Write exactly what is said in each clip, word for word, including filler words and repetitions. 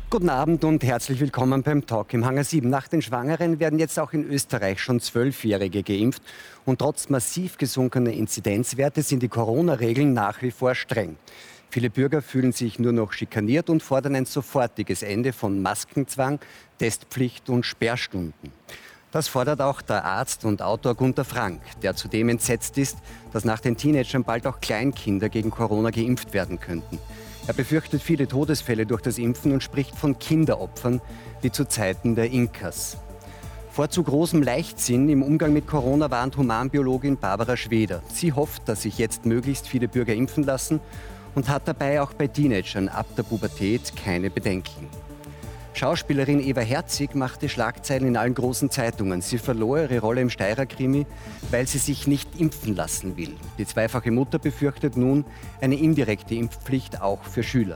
Guten Abend und herzlich willkommen beim Talk im Hangar sieben. Nach den Schwangeren werden jetzt auch in Österreich schon Zwölfjährige geimpft. Und trotz massiv gesunkener Inzidenzwerte sind die Corona-Regeln nach wie vor streng. Viele Bürger fühlen sich nur noch schikaniert und fordern ein sofortiges Ende von Maskenzwang, Testpflicht und Sperrstunden. Das fordert auch der Arzt und Autor Gunter Frank, der zudem entsetzt ist, dass nach den Teenagern bald auch Kleinkinder gegen Corona geimpft werden könnten. Er befürchtet viele Todesfälle durch das Impfen und spricht von Kinderopfern, wie zu Zeiten der Inkas. Vor zu großem Leichtsinn im Umgang mit Corona warnt Humanbiologin Barbara Schweder. Sie hofft, dass sich jetzt möglichst viele Bürger impfen lassen und hat dabei auch bei Teenagern ab der Pubertät keine Bedenken. Schauspielerin Eva Herzig machte Schlagzeilen in allen großen Zeitungen. Sie verlor ihre Rolle im Steirer-Krimi, weil sie sich nicht impfen lassen will. Die zweifache Mutter befürchtet nun eine indirekte Impfpflicht auch für Schüler.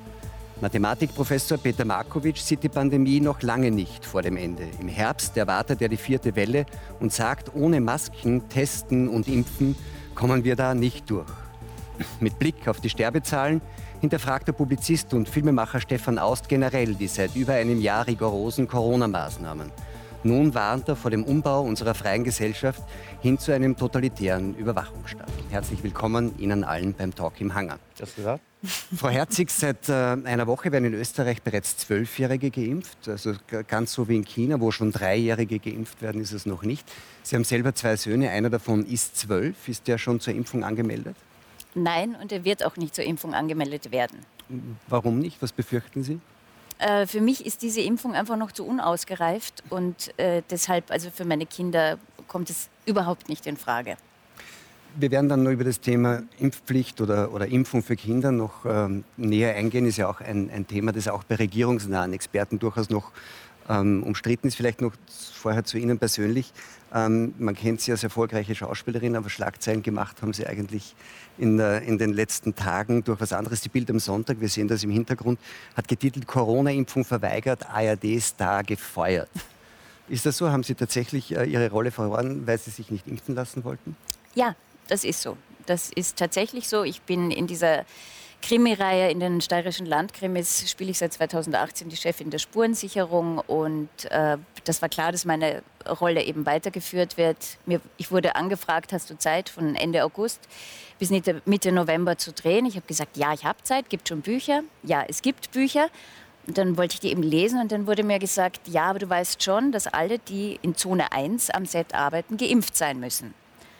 Mathematikprofessor Peter Markovic sieht die Pandemie noch lange nicht vor dem Ende. Im Herbst erwartet er die vierte Welle und sagt, ohne Masken, Testen und Impfen kommen wir da nicht durch. Mit Blick auf die Sterbezahlen hinterfragt der Publizist und Filmemacher Stefan Aust generell die seit über einem Jahr rigorosen Corona-Maßnahmen. Nun warnt er vor dem Umbau unserer freien Gesellschaft hin zu einem totalitären Überwachungsstaat. Herzlich willkommen Ihnen allen beim Talk im Hangar. Das gesagt? Frau Herzig, seit äh, einer Woche werden in Österreich bereits Zwölfjährige geimpft. Also ganz so wie in China, wo schon Dreijährige geimpft werden, ist es noch nicht. Sie haben selber zwei Söhne, einer davon ist zwölf. Ist der schon zur Impfung angemeldet? Nein, und er wird auch nicht zur Impfung angemeldet werden. Warum nicht? Was befürchten Sie? Äh, für mich ist diese Impfung einfach noch zu unausgereift und äh, deshalb, also für meine Kinder, kommt es überhaupt nicht in Frage. Wir werden dann noch über das Thema Impfpflicht oder, oder Impfung für Kinder noch ähm, näher eingehen. Ist ja auch ein, ein Thema, das auch bei regierungsnahen Experten durchaus noch ähm, umstritten ist. Vielleicht noch vorher zu Ihnen persönlich. Ähm, man kennt Sie als erfolgreiche Schauspielerin, aber Schlagzeilen gemacht haben Sie eigentlich in, äh, in den letzten Tagen durch was anderes. Die Bild am Sonntag, wir sehen das im Hintergrund, hat getitelt Corona-Impfung verweigert, A R D-Star gefeuert. Ist das so? Haben Sie tatsächlich äh, Ihre Rolle verloren, weil Sie sich nicht impfen lassen wollten? Ja, das ist so. Das ist tatsächlich so. Ich bin in dieser Krimireihe, in den steirischen Landkrimis, spiele ich seit zweitausendachtzehn die Chefin der Spurensicherung und äh, das war klar, dass meine Rolle eben weitergeführt wird. Mir, ich wurde angefragt, hast du Zeit von Ende August bis Mitte, Mitte November zu drehen? Ich habe gesagt, ja, ich habe Zeit, gibt schon Bücher. Ja, es gibt Bücher. Und dann wollte ich die eben lesen und dann wurde mir gesagt, ja, aber du weißt schon, dass alle, die in Zone eins am Set arbeiten, geimpft sein müssen.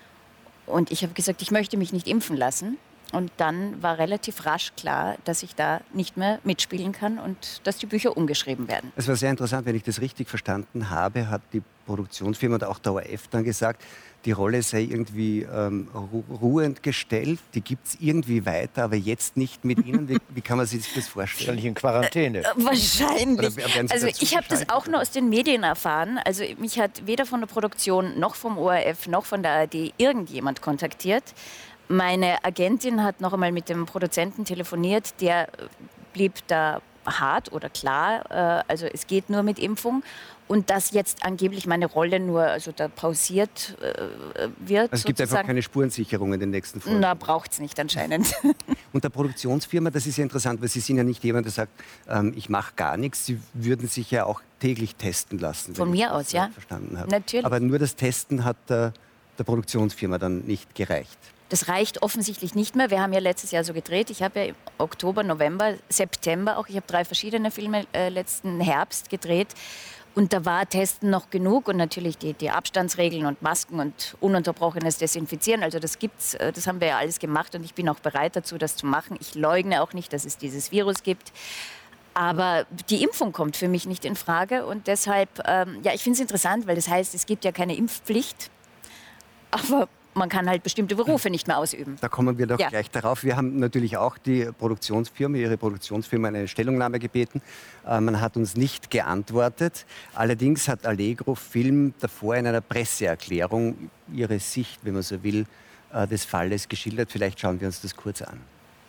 Und ich habe gesagt, ich möchte mich nicht impfen lassen. Und dann war relativ rasch klar, dass ich da nicht mehr mitspielen kann und dass die Bücher umgeschrieben werden. Es war sehr interessant, wenn ich das richtig verstanden habe, hat die Produktionsfirma und auch der O R F dann gesagt, die Rolle sei irgendwie ähm, ru ruhend gestellt, die gibt es irgendwie weiter, aber jetzt nicht mit Ihnen. Wie, wie kann man sich das vorstellen? Wahrscheinlich in Quarantäne. Äh, wahrscheinlich. Also ich habe das auch nur aus den Medien erfahren. Also mich hat weder von der Produktion noch vom O R F noch von der A R D irgendjemand kontaktiert. Meine Agentin hat noch einmal mit dem Produzenten telefoniert, der blieb da hart oder klar, also es geht nur mit Impfung. Und dass jetzt angeblich meine Rolle nur also da pausiert äh, wird. Also es gibt sozusagen einfach keine Spurensicherung in den nächsten Folgen. Na, braucht es nicht anscheinend. Und der Produktionsfirma, das ist ja interessant, weil Sie sind ja nicht jemand, der sagt, ähm, ich mache gar nichts. Sie würden sich ja auch täglich testen lassen. Von mir aus, ja. Verstanden habe. Natürlich. Aber nur das Testen hat der, der Produktionsfirma dann nicht gereicht. Das reicht offensichtlich nicht mehr. Wir haben ja letztes Jahr so gedreht. Ich habe ja im Oktober, November, September auch, ich habe drei verschiedene Filme äh, letzten Herbst gedreht. Und da war Testen noch genug und natürlich die, die Abstandsregeln und Masken und ununterbrochenes Desinfizieren. Also das gibt's, das haben wir ja alles gemacht und ich bin auch bereit dazu, das zu machen. Ich leugne auch nicht, dass es dieses Virus gibt. Aber die Impfung kommt für mich nicht in Frage und deshalb, ähm, ja, ich finde es interessant, weil das heißt, es gibt ja keine Impfpflicht. Aber man kann halt bestimmte Berufe nicht mehr ausüben. Da kommen wir doch ja. gleich darauf. Wir haben natürlich auch die Produktionsfirma, Ihre Produktionsfirma, eine Stellungnahme gebeten. Äh, man hat uns nicht geantwortet. Allerdings hat Allegro Film davor in einer Presseerklärung ihre Sicht, wenn man so will, äh, des Falles geschildert. Vielleicht schauen wir uns das kurz an.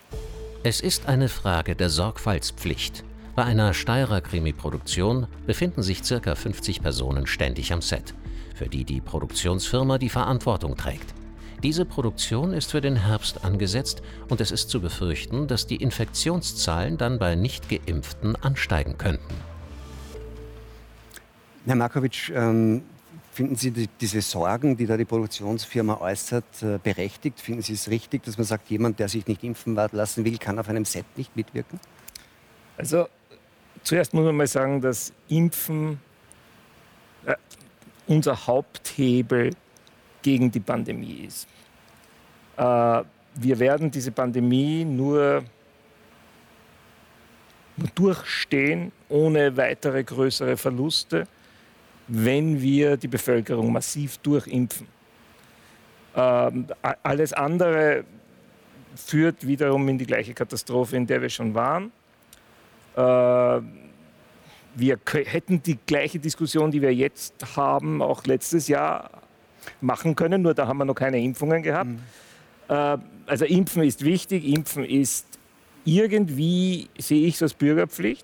Es ist eine Frage der Sorgfaltspflicht. Bei einer Steirer Krimi-Produktion befinden sich ca. fünfzig Personen ständig am Set, für die die Produktionsfirma die Verantwortung trägt. Diese Produktion ist für den Herbst angesetzt und es ist zu befürchten, dass die Infektionszahlen dann bei Nicht-Geimpften ansteigen könnten. Herr Markovic, ähm, finden Sie die, diese Sorgen, die da die Produktionsfirma äußert, äh, berechtigt? Finden Sie es richtig, dass man sagt, jemand, der sich nicht impfen lassen will, kann auf einem Set nicht mitwirken? Also zuerst muss man mal sagen, dass Impfen äh, unser Haupthebel gegen die Pandemie ist. Äh, wir werden diese Pandemie nur, nur durchstehen, ohne weitere größere Verluste, wenn wir die Bevölkerung massiv durchimpfen. Ähm, alles andere führt wiederum in die gleiche Katastrophe, in der wir schon waren. Äh, wir hätten die gleiche Diskussion, die wir jetzt haben, auch letztes Jahr machen können, nur da haben wir noch keine Impfungen gehabt. Mhm. Äh, also Impfen ist wichtig, Impfen ist irgendwie, sehe ich es als Bürgerpflicht.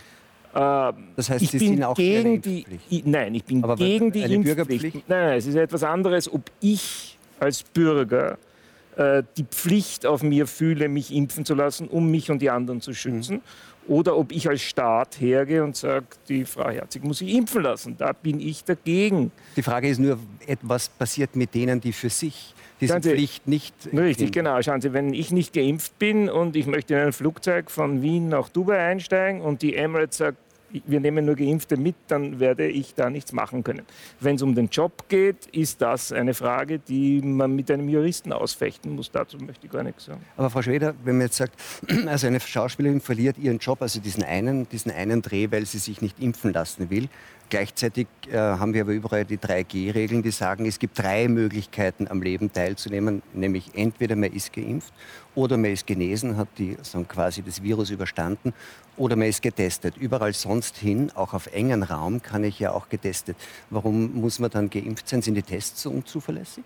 Das heißt, ich Sie bin sind auch gegen die die, Nein, ich bin Aber gegen die eine Impfpflicht. Bürgerpflicht? Nein, nein, es ist etwas anderes, ob ich als Bürger äh, die Pflicht auf mir fühle, mich impfen zu lassen, um mich und die anderen zu schützen. Mhm. Oder ob ich als Staat hergehe und sage, die Frau Herzig muss sich impfen lassen. Da bin ich dagegen. Die Frage ist nur, was passiert mit denen, die für sich diese Sie, Pflicht nicht... Richtig, genau. Schauen Sie, wenn ich nicht geimpft bin und ich möchte in ein Flugzeug von Wien nach Dubai einsteigen und die Emirates sagt, wir nehmen nur Geimpfte mit, dann werde ich da nichts machen können. Wenn es um den Job geht, ist das eine Frage, die man mit einem Juristen ausfechten muss. Dazu möchte ich gar nichts sagen. Aber Frau Schweder, wenn man jetzt sagt, also eine Schauspielerin verliert ihren Job, also diesen einen, diesen einen Dreh, weil sie sich nicht impfen lassen will. Gleichzeitig äh, haben wir aber überall die drei G Regeln, die sagen, es gibt drei Möglichkeiten, am Leben teilzunehmen, nämlich entweder man ist geimpft oder man ist genesen, hat die, also quasi das Virus überstanden, oder man ist getestet. Überall sonst hin, auch auf engen Raum, kann ich ja auch getestet. Warum muss man dann geimpft sein? Sind die Tests so unzuverlässig?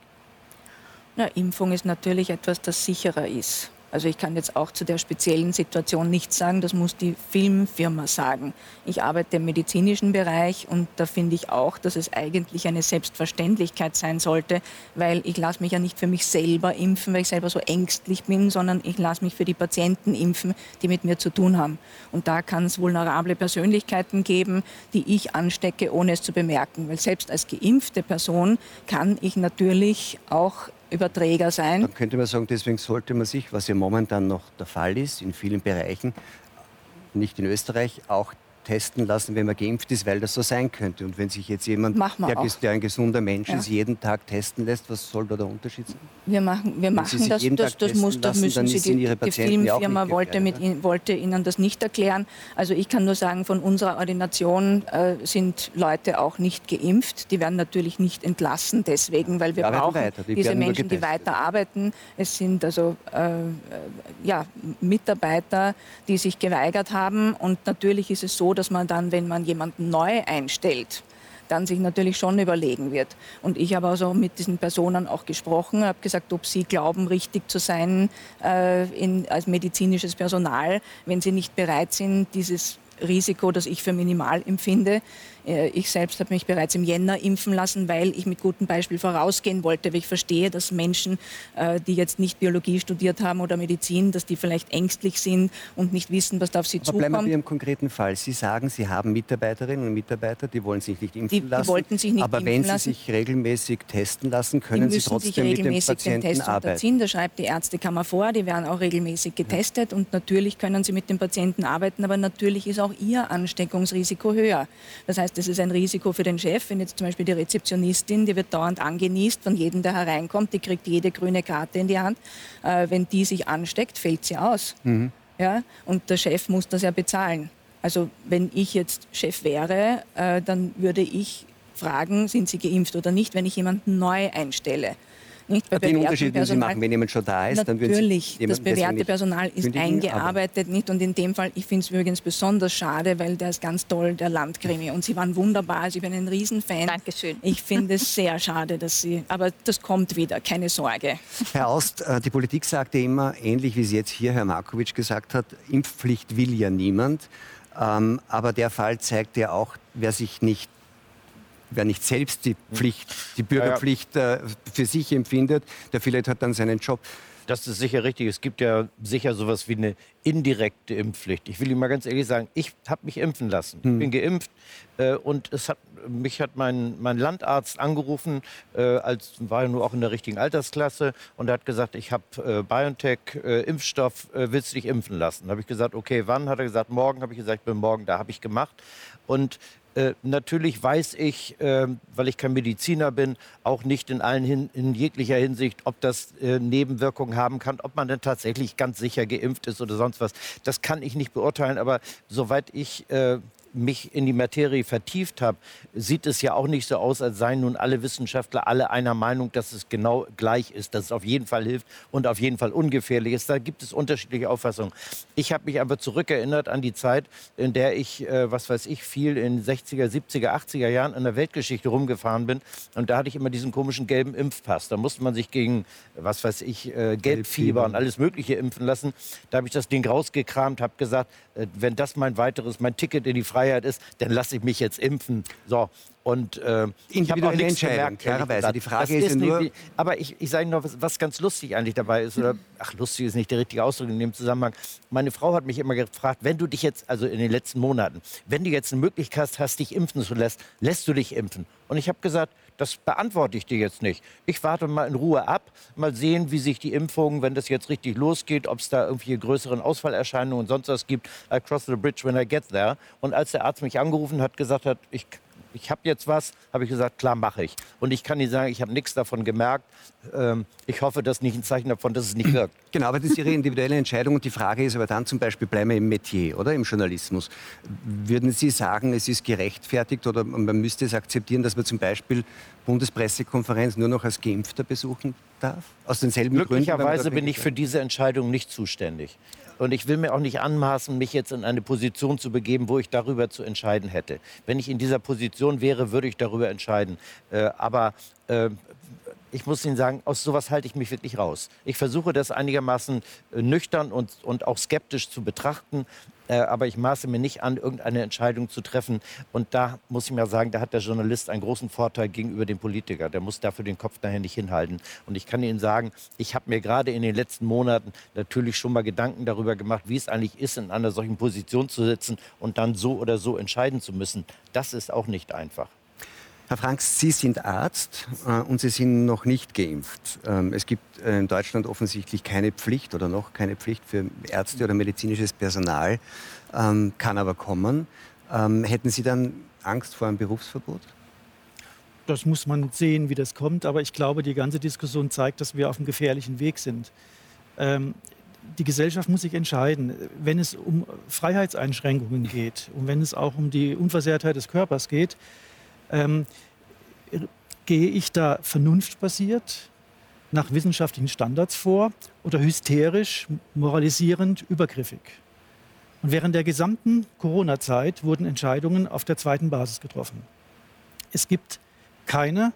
Na, Impfung ist natürlich etwas, das sicherer ist. Also ich kann jetzt auch zu der speziellen Situation nichts sagen, das muss die Filmfirma sagen. Ich arbeite im medizinischen Bereich und da finde ich auch, dass es eigentlich eine Selbstverständlichkeit sein sollte, weil ich lasse mich ja nicht für mich selber impfen, weil ich selber so ängstlich bin, sondern ich lasse mich für die Patienten impfen, die mit mir zu tun haben. Und da kann es vulnerable Persönlichkeiten geben, die ich anstecke, ohne es zu bemerken. Weil selbst als geimpfte Person kann ich natürlich auch Überträger sein. Dann könnte man sagen, deswegen sollte man sich, was ja momentan noch der Fall ist, in vielen Bereichen, nicht in Österreich, auch testen lassen, wenn man geimpft ist, weil das so sein könnte. Und wenn sich jetzt jemand, der, der ein gesunder Mensch ja. ist, jeden Tag testen lässt, was soll da der Unterschied sein? Wir machen, wir machen das, das, das, muss, das müssen Sie, die, die Filmfirma wollte, mit, wollte Ihnen das nicht erklären. Also ich kann nur sagen, von unserer Ordination äh, sind Leute auch nicht geimpft. Die werden natürlich nicht entlassen deswegen, weil wir brauchen die diese Menschen, die weiter arbeiten. Es sind also äh, ja, Mitarbeiter, die sich geweigert haben. Und natürlich ist es so, dass man dann, wenn man jemanden neu einstellt, dann sich natürlich schon überlegen wird. Und ich habe also mit diesen Personen auch gesprochen, habe gesagt, ob sie glauben, richtig zu sein äh, in, als medizinisches Personal, wenn sie nicht bereit sind, dieses Risiko, das ich für minimal empfinde. Ich selbst habe mich bereits im Jänner impfen lassen, weil ich mit gutem Beispiel vorausgehen wollte. Weil ich verstehe, dass Menschen, die jetzt nicht Biologie studiert haben oder Medizin, dass die vielleicht ängstlich sind und nicht wissen, was da auf sie Aber zukommt. Bleiben wir bei Ihrem konkreten Fall. Sie sagen, Sie haben Mitarbeiterinnen und Mitarbeiter, die wollen sich nicht impfen die, lassen. Die wollten sich nicht aber impfen wenn Sie lassen, sich regelmäßig testen lassen, können Sie trotzdem mit dem Patienten den Test arbeiten. unterziehen. Das schreibt die Ärztekammer vor. Die werden auch regelmäßig getestet. Ja. Und natürlich können sie mit dem Patienten arbeiten. Aber natürlich ist auch ihr Ansteckungsrisiko höher. Das heißt, es ist ein Risiko für den Chef. Wenn jetzt zum Beispiel die Rezeptionistin, die wird dauernd angenießt von jedem, der hereinkommt, die kriegt jede grüne Karte in die Hand. Äh, wenn die sich ansteckt, fällt sie aus. Mhm. Ja? Und der Chef muss das ja bezahlen. Also wenn ich jetzt Chef wäre, äh, dann würde ich fragen, sind Sie geimpft oder nicht, wenn ich jemanden neu einstelle. Nicht? Bei den Unterschied würden Sie machen, wenn jemand schon da ist, natürlich, dann würden Sie das bewährte Personal ist eingearbeitet. Nicht? Und in dem Fall, ich finde es übrigens besonders schade, weil der ist ganz toll, der Landkrimi. Und Sie waren wunderbar, also ich bin ein Riesenfan. Dankeschön. Ich finde es sehr schade, dass Sie, aber das kommt wieder, keine Sorge. Herr Aust, die Politik sagte immer, ähnlich wie es jetzt hier Herr Markovic gesagt hat, Impfpflicht will ja niemand. Aber der Fall zeigt ja auch, wer sich nicht wer nicht selbst die Pflicht, die Bürgerpflicht äh, für sich empfindet, der vielleicht hat dann seinen Job. Das ist sicher richtig. Es gibt ja sicher sowas wie eine indirekte Impfpflicht. Ich will Ihnen mal ganz ehrlich sagen, ich habe mich impfen lassen. Ich bin geimpft äh, und es hat, mich hat mein, mein Landarzt angerufen, äh, als war ja nur auch in der richtigen Altersklasse, und er hat gesagt, ich habe äh, BioNTech-Impfstoff, äh, äh, willst du dich impfen lassen? Da habe ich gesagt, okay, wann? Hat er gesagt, morgen. Habe ich gesagt, ich bin morgen da, habe ich gemacht. Und Äh, natürlich weiß ich, äh, weil ich kein Mediziner bin, auch nicht in, allen hin, in jeglicher Hinsicht, ob das äh, Nebenwirkungen haben kann, ob man denn tatsächlich ganz sicher geimpft ist oder sonst was. Das kann ich nicht beurteilen, aber soweit ich äh, mich in die Materie vertieft habe, sieht es ja auch nicht so aus, als seien nun alle Wissenschaftler alle einer Meinung, dass es genau gleich ist, dass es auf jeden Fall hilft und auf jeden Fall ungefährlich ist. Da gibt es unterschiedliche Auffassungen. Ich habe mich aber zurückerinnert an die Zeit, in der ich, äh, was weiß ich, viel in sechziger, siebziger, achtziger Jahren in der Weltgeschichte rumgefahren bin. Und da hatte ich immer diesen komischen gelben Impfpass. Da musste man sich gegen, was weiß ich, äh, Gelbfieber und alles Mögliche impfen lassen. Da habe ich das Ding rausgekramt, habe gesagt, äh, wenn das mein weiteres, mein Ticket in die Freiheit ist, dann lasse ich mich jetzt impfen. So. Und äh, ich habe auch nichts gemerkt, klarerweise. Die Frage ist, ist nur... Nicht, aber ich, ich sage noch, was, was ganz lustig eigentlich dabei ist. Oder, ach, lustig ist nicht der richtige Ausdruck in dem Zusammenhang. Meine Frau hat mich immer gefragt, wenn du dich jetzt, also in den letzten Monaten, wenn du jetzt eine Möglichkeit hast, dich impfen zu lassen, lässt du dich impfen? Und ich habe gesagt, das beantworte ich dir jetzt nicht. Ich warte mal in Ruhe ab, mal sehen, wie sich die Impfungen, wenn das jetzt richtig losgeht, ob es da irgendwie größeren Ausfallerscheinungen und sonst was gibt. I cross the bridge when I get there. Und als der Arzt mich angerufen hat, gesagt hat, ich ich habe jetzt was, habe ich gesagt, klar, mache ich. Und ich kann Ihnen sagen, ich habe nichts davon gemerkt. Ähm, ich hoffe, das ist nicht ein Zeichen davon, dass es nicht wirkt. Genau, aber das ist Ihre individuelle Entscheidung. Und die Frage ist aber dann zum Beispiel, bleiben wir im Metier, oder im Journalismus. Würden Sie sagen, es ist gerechtfertigt oder man müsste es akzeptieren, dass man zum Beispiel Bundespressekonferenz nur noch als Geimpfter besuchen darf? Aus denselben Gründen? Glücklicherweise bin ich für diese Entscheidung nicht zuständig. Und ich will mir auch nicht anmaßen, mich jetzt in eine Position zu begeben, wo ich darüber zu entscheiden hätte. Wenn ich in dieser Position wäre, würde ich darüber entscheiden. Äh, aber äh, ich muss Ihnen sagen, aus sowas halte ich mich wirklich raus. Ich versuche das einigermaßen äh, nüchtern und, und auch skeptisch zu betrachten. Äh, aber ich maße mir nicht an, irgendeine Entscheidung zu treffen. Und da muss ich mal sagen, da hat der Journalist einen großen Vorteil gegenüber dem Politiker. Der muss dafür den Kopf nachher nicht hinhalten. Und ich kann Ihnen sagen, ich habe mir gerade in den letzten Monaten natürlich schon mal Gedanken darüber gemacht, wie es eigentlich ist, in einer solchen Position zu sitzen und dann so oder so entscheiden zu müssen. Das ist auch nicht einfach. Herr Franks, Sie sind Arzt äh, und Sie sind noch nicht geimpft. Ähm, es gibt äh, in Deutschland offensichtlich keine Pflicht oder noch keine Pflicht für Ärzte oder medizinisches Personal, ähm, kann aber kommen. Ähm, hätten Sie dann Angst vor einem Berufsverbot? Das muss man sehen, wie das kommt. Aber ich glaube, die ganze Diskussion zeigt, dass wir auf einem gefährlichen Weg sind. Ähm, die Gesellschaft muss sich entscheiden, wenn es um Freiheitseinschränkungen geht und wenn es auch um die Unversehrtheit des Körpers geht, Ähm, gehe ich da vernunftbasiert nach wissenschaftlichen Standards vor oder hysterisch, moralisierend, übergriffig? Und während der gesamten Corona-Zeit wurden Entscheidungen auf der zweiten Basis getroffen. Es gibt keine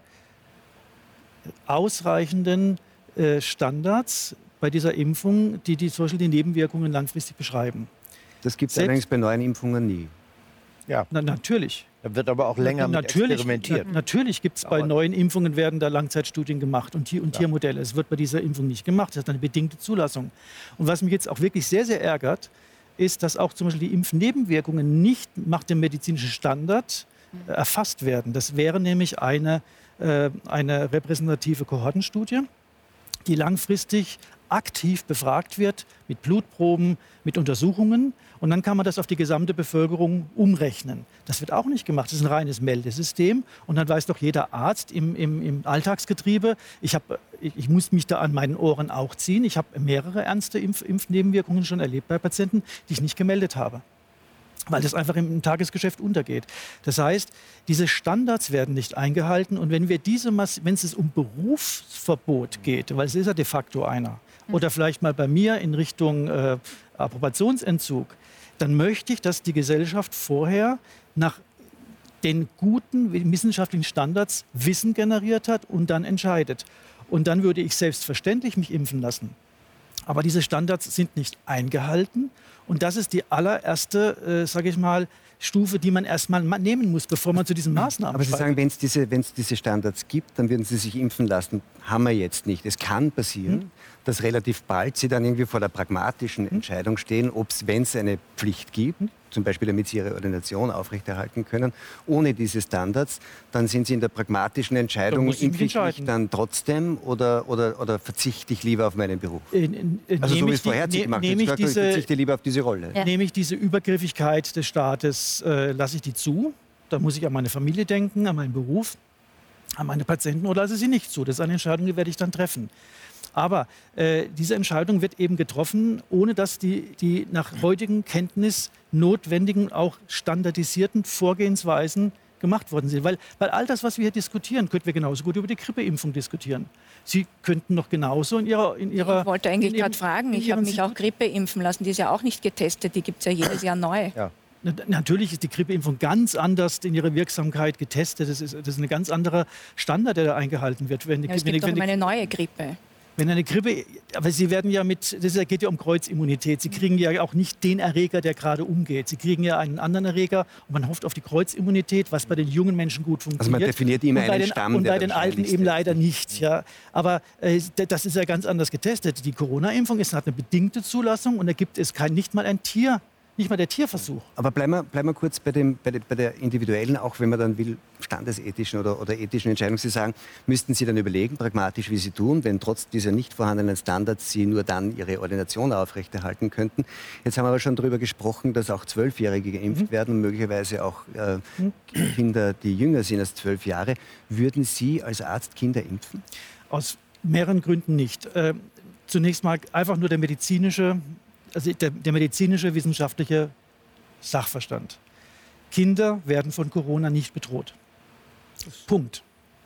ausreichenden äh, Standards bei dieser Impfung, die die, zum Beispiel die Nebenwirkungen langfristig beschreiben. Das gibt es allerdings bei neuen Impfungen nie. Ja, Na, natürlich. Da wird aber auch länger na, mit experimentiert. Na, natürlich gibt es bei neuen Impfungen, werden da Langzeitstudien gemacht und, Tier- und ja. Tiermodelle. Es wird bei dieser Impfung nicht gemacht. Das ist eine bedingte Zulassung. Und was mich jetzt auch wirklich sehr, sehr ärgert, ist, dass auch zum Beispiel die Impfnebenwirkungen nicht nach dem medizinischen Standard äh, erfasst werden. Das wäre nämlich eine, äh, eine repräsentative Kohortenstudie, die langfristig aktiv befragt wird mit Blutproben, mit Untersuchungen. Und dann kann man das auf die gesamte Bevölkerung umrechnen. Das wird auch nicht gemacht. Das ist ein reines Meldesystem. Und dann weiß doch jeder Arzt im, im, im Alltagsgetriebe, ich, hab, ich, ich muss mich da an meinen Ohren auch ziehen. Ich habe mehrere ernste Impf, Impfnebenwirkungen schon erlebt bei Patienten, die ich nicht gemeldet habe, weil das einfach im Tagesgeschäft untergeht. Das heißt, diese Standards werden nicht eingehalten. Und wenn wir diese Mass- wenn es um Berufsverbot geht, weil es ist ja de facto einer, oder vielleicht mal bei mir in Richtung äh, Approbationsentzug, dann möchte ich, dass die Gesellschaft vorher nach den guten wissenschaftlichen Standards Wissen generiert hat und dann entscheidet. Und dann würde ich selbstverständlich mich impfen lassen. Aber diese Standards sind nicht eingehalten. Und das ist die allererste, äh, sage ich mal, Stufe, die man erstmal nehmen muss, bevor man zu diesen Maßnahmen Aber Sie schreitet. sagen, wenn es diese, wenn's diese Standards gibt, dann würden Sie sich impfen lassen. Haben wir jetzt nicht. Es kann passieren, hm. dass relativ bald Sie dann irgendwie vor der pragmatischen hm. Entscheidung stehen, ob es, wenn es eine Pflicht gibt, hm. zum Beispiel damit Sie Ihre Ordination aufrechterhalten können, ohne diese Standards, dann sind Sie in der pragmatischen Entscheidung, impfe ich mich dann trotzdem oder, oder, oder verzichte ich lieber auf meinen Beruf? In, in, also so wie es die, vorher ne, gemacht nehme ich, ich, diese, ich verzichte lieber auf diese Rolle. Ja. Nehme ich diese Übergriffigkeit des Staates, äh, lasse ich die zu? Da muss ich an meine Familie denken, an meinen Beruf, an meine Patienten, oder lasse ich sie nicht zu? Das ist eine Entscheidung, die werde ich dann treffen. Aber äh, diese Entscheidung wird eben getroffen, ohne dass die, die nach heutigem Kenntnis notwendigen, auch standardisierten Vorgehensweisen gemacht worden sind. Weil, weil all das, was wir hier diskutieren, könnten wir genauso gut über die Grippeimpfung diskutieren. Sie könnten noch genauso in Ihrer... In ihrer ich wollte eigentlich gerade fragen, ich habe mich auch Grippe impfen lassen, die ist ja auch nicht getestet, die gibt es ja jedes Jahr neu. Ja. Natürlich ist die Grippeimpfung ganz anders in ihrer Wirksamkeit getestet. Das ist, das ist ein ganz anderer Standard, der da eingehalten wird. Wenn die, ja, es wenn gibt die, doch immer eine neue Grippe. Wenn eine Grippe, aber Sie werden ja mit, das geht ja um Kreuzimmunität. Sie kriegen ja auch nicht den Erreger, der gerade umgeht. Sie kriegen ja einen anderen Erreger und man hofft auf die Kreuzimmunität, was bei den jungen Menschen gut funktioniert. Also man definiert immer einen den, Stamm, und bei den Alten eben leider nicht. Ja. Aber äh, das ist ja ganz anders getestet. Die Corona-Impfung ist, hat eine bedingte Zulassung und da gibt es kein, nicht mal ein Tier. Nicht mal der Tierversuch. Aber bleiben wir, bleiben wir kurz bei, dem, bei, de, bei der individuellen, auch wenn man dann will, standesethischen oder, oder ethischen Entscheidung. Sie sagen, müssten Sie dann überlegen, pragmatisch, wie Sie tun, wenn trotz dieser nicht vorhandenen Standards Sie nur dann Ihre Ordination aufrechterhalten könnten. Jetzt haben wir aber schon darüber gesprochen, dass auch Zwölfjährige geimpft mhm. werden und möglicherweise auch äh, mhm. Kinder, die jünger sind als zwölf Jahre. Würden Sie als Arzt Kinder impfen? Aus mehreren Gründen nicht. Äh, zunächst mal einfach nur der medizinische Also der, der medizinische, wissenschaftliche Sachverstand. Kinder werden von Corona nicht bedroht. Punkt.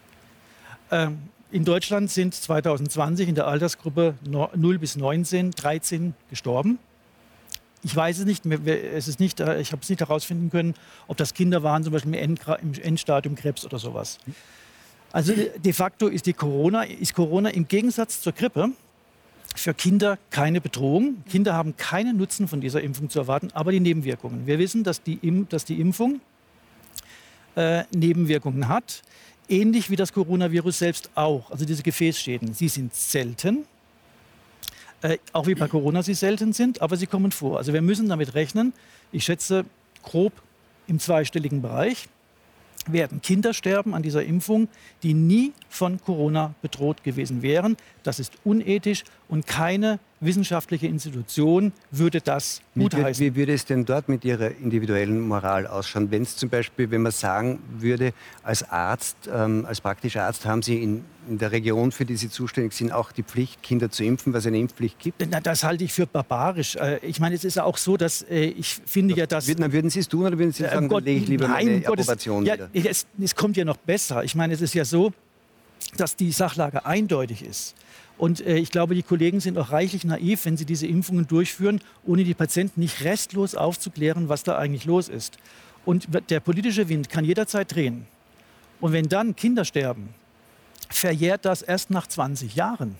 Ähm, in Deutschland sind zwanzig zwanzig in der Altersgruppe null bis neunzehn dreizehn gestorben. Ich weiß es nicht, es ist nicht ich habe es nicht herausfinden können, ob das Kinder waren, zum Beispiel im Endstadium Krebs oder sowas. Also de facto ist, die Corona, ist Corona im Gegensatz zur Grippe für Kinder keine Bedrohung. Kinder haben keinen Nutzen von dieser Impfung zu erwarten, aber die Nebenwirkungen. Wir wissen, dass die, Im- dass die Impfung äh, Nebenwirkungen hat, ähnlich wie das Coronavirus selbst auch. Also diese Gefäßschäden, sie sind selten, äh, auch wie bei Corona sie selten sind, aber sie kommen vor. Also wir müssen damit rechnen, ich schätze grob im zweistelligen Bereich, werden Kinder sterben an dieser Impfung, die nie von Corona bedroht gewesen wären. Das ist unethisch und keine wissenschaftliche Institution würde das gutheißen. Wie, wie würde es denn dort mit Ihrer individuellen Moral ausschauen? Wenn es zum Beispiel, wenn man sagen würde, als Arzt, ähm, als praktischer Arzt haben Sie in, in der Region, für die Sie zuständig sind, auch die Pflicht, Kinder zu impfen, weil es eine Impfpflicht gibt? Na, das halte ich für barbarisch. Ich meine, es ist ja auch so, dass äh, ich finde ja, dass... Würden, würden Sie es tun oder würden Sie sagen, äh, Gott, dann lege ich lieber nein, meine Gott, Approbation es, wieder? Ja, es, es kommt ja noch besser. Ich meine, es ist ja so, dass die Sachlage eindeutig ist. Und äh, ich glaube, die Kollegen sind auch reichlich naiv, wenn sie diese Impfungen durchführen, ohne die Patienten nicht restlos aufzuklären, was da eigentlich los ist. Und der politische Wind kann jederzeit drehen. Und wenn dann Kinder sterben, verjährt das erst nach zwanzig Jahren.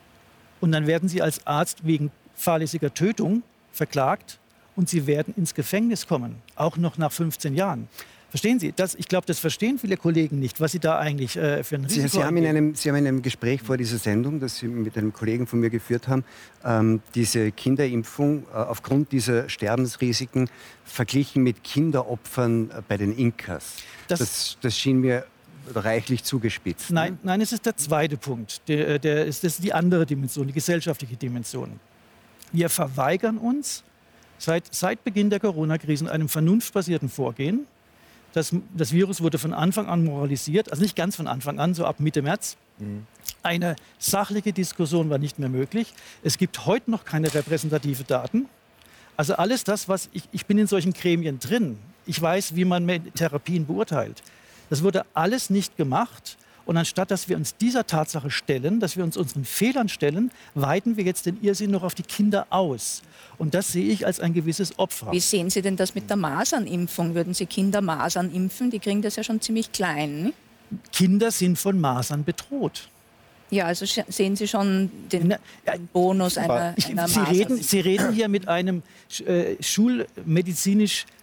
Und dann werden sie als Arzt wegen fahrlässiger Tötung verklagt und sie werden ins Gefängnis kommen, auch noch nach fünfzehn Jahren. Verstehen Sie? Das, ich glaube, das verstehen viele Kollegen nicht, was Sie da eigentlich äh, für ein Risiko Sie, Sie, haben in einem, Sie haben in einem Gespräch vor dieser Sendung, das Sie mit einem Kollegen von mir geführt haben, ähm, diese Kinderimpfung äh, aufgrund dieser Sterbensrisiken verglichen mit Kinderopfern äh, bei den Inkas. Das, das, das schien mir reichlich zugespitzt. Nein, ne? nein, es ist der zweite Punkt. Der, der ist, das ist die andere Dimension, die gesellschaftliche Dimension. Wir verweigern uns seit, seit Beginn der Corona-Krise einem vernunftbasierten Vorgehen. Das, das Virus wurde von Anfang an moralisiert, also nicht ganz von Anfang an, so ab Mitte März. Mhm. Eine sachliche Diskussion war nicht mehr möglich. Es gibt heute noch keine repräsentative Daten. Also alles das, was ich, ich bin in solchen Gremien drin. Ich weiß, wie man Therapien beurteilt. Das wurde alles nicht gemacht. Und anstatt, dass wir uns dieser Tatsache stellen, dass wir uns unseren Fehlern stellen, weiten wir jetzt den Irrsinn noch auf die Kinder aus. Und das sehe ich als ein gewisses Opfer. Wie sehen Sie denn das mit der Masernimpfung? Würden Sie Kinder Masern impfen? Die kriegen das ja schon ziemlich klein. Ne? Kinder sind von Masern bedroht. Ja, also sehen Sie schon den, Na, ja, den Bonus einer, ich, einer Sie, reden, Sie reden hier mit einem äh, schulmedizinisch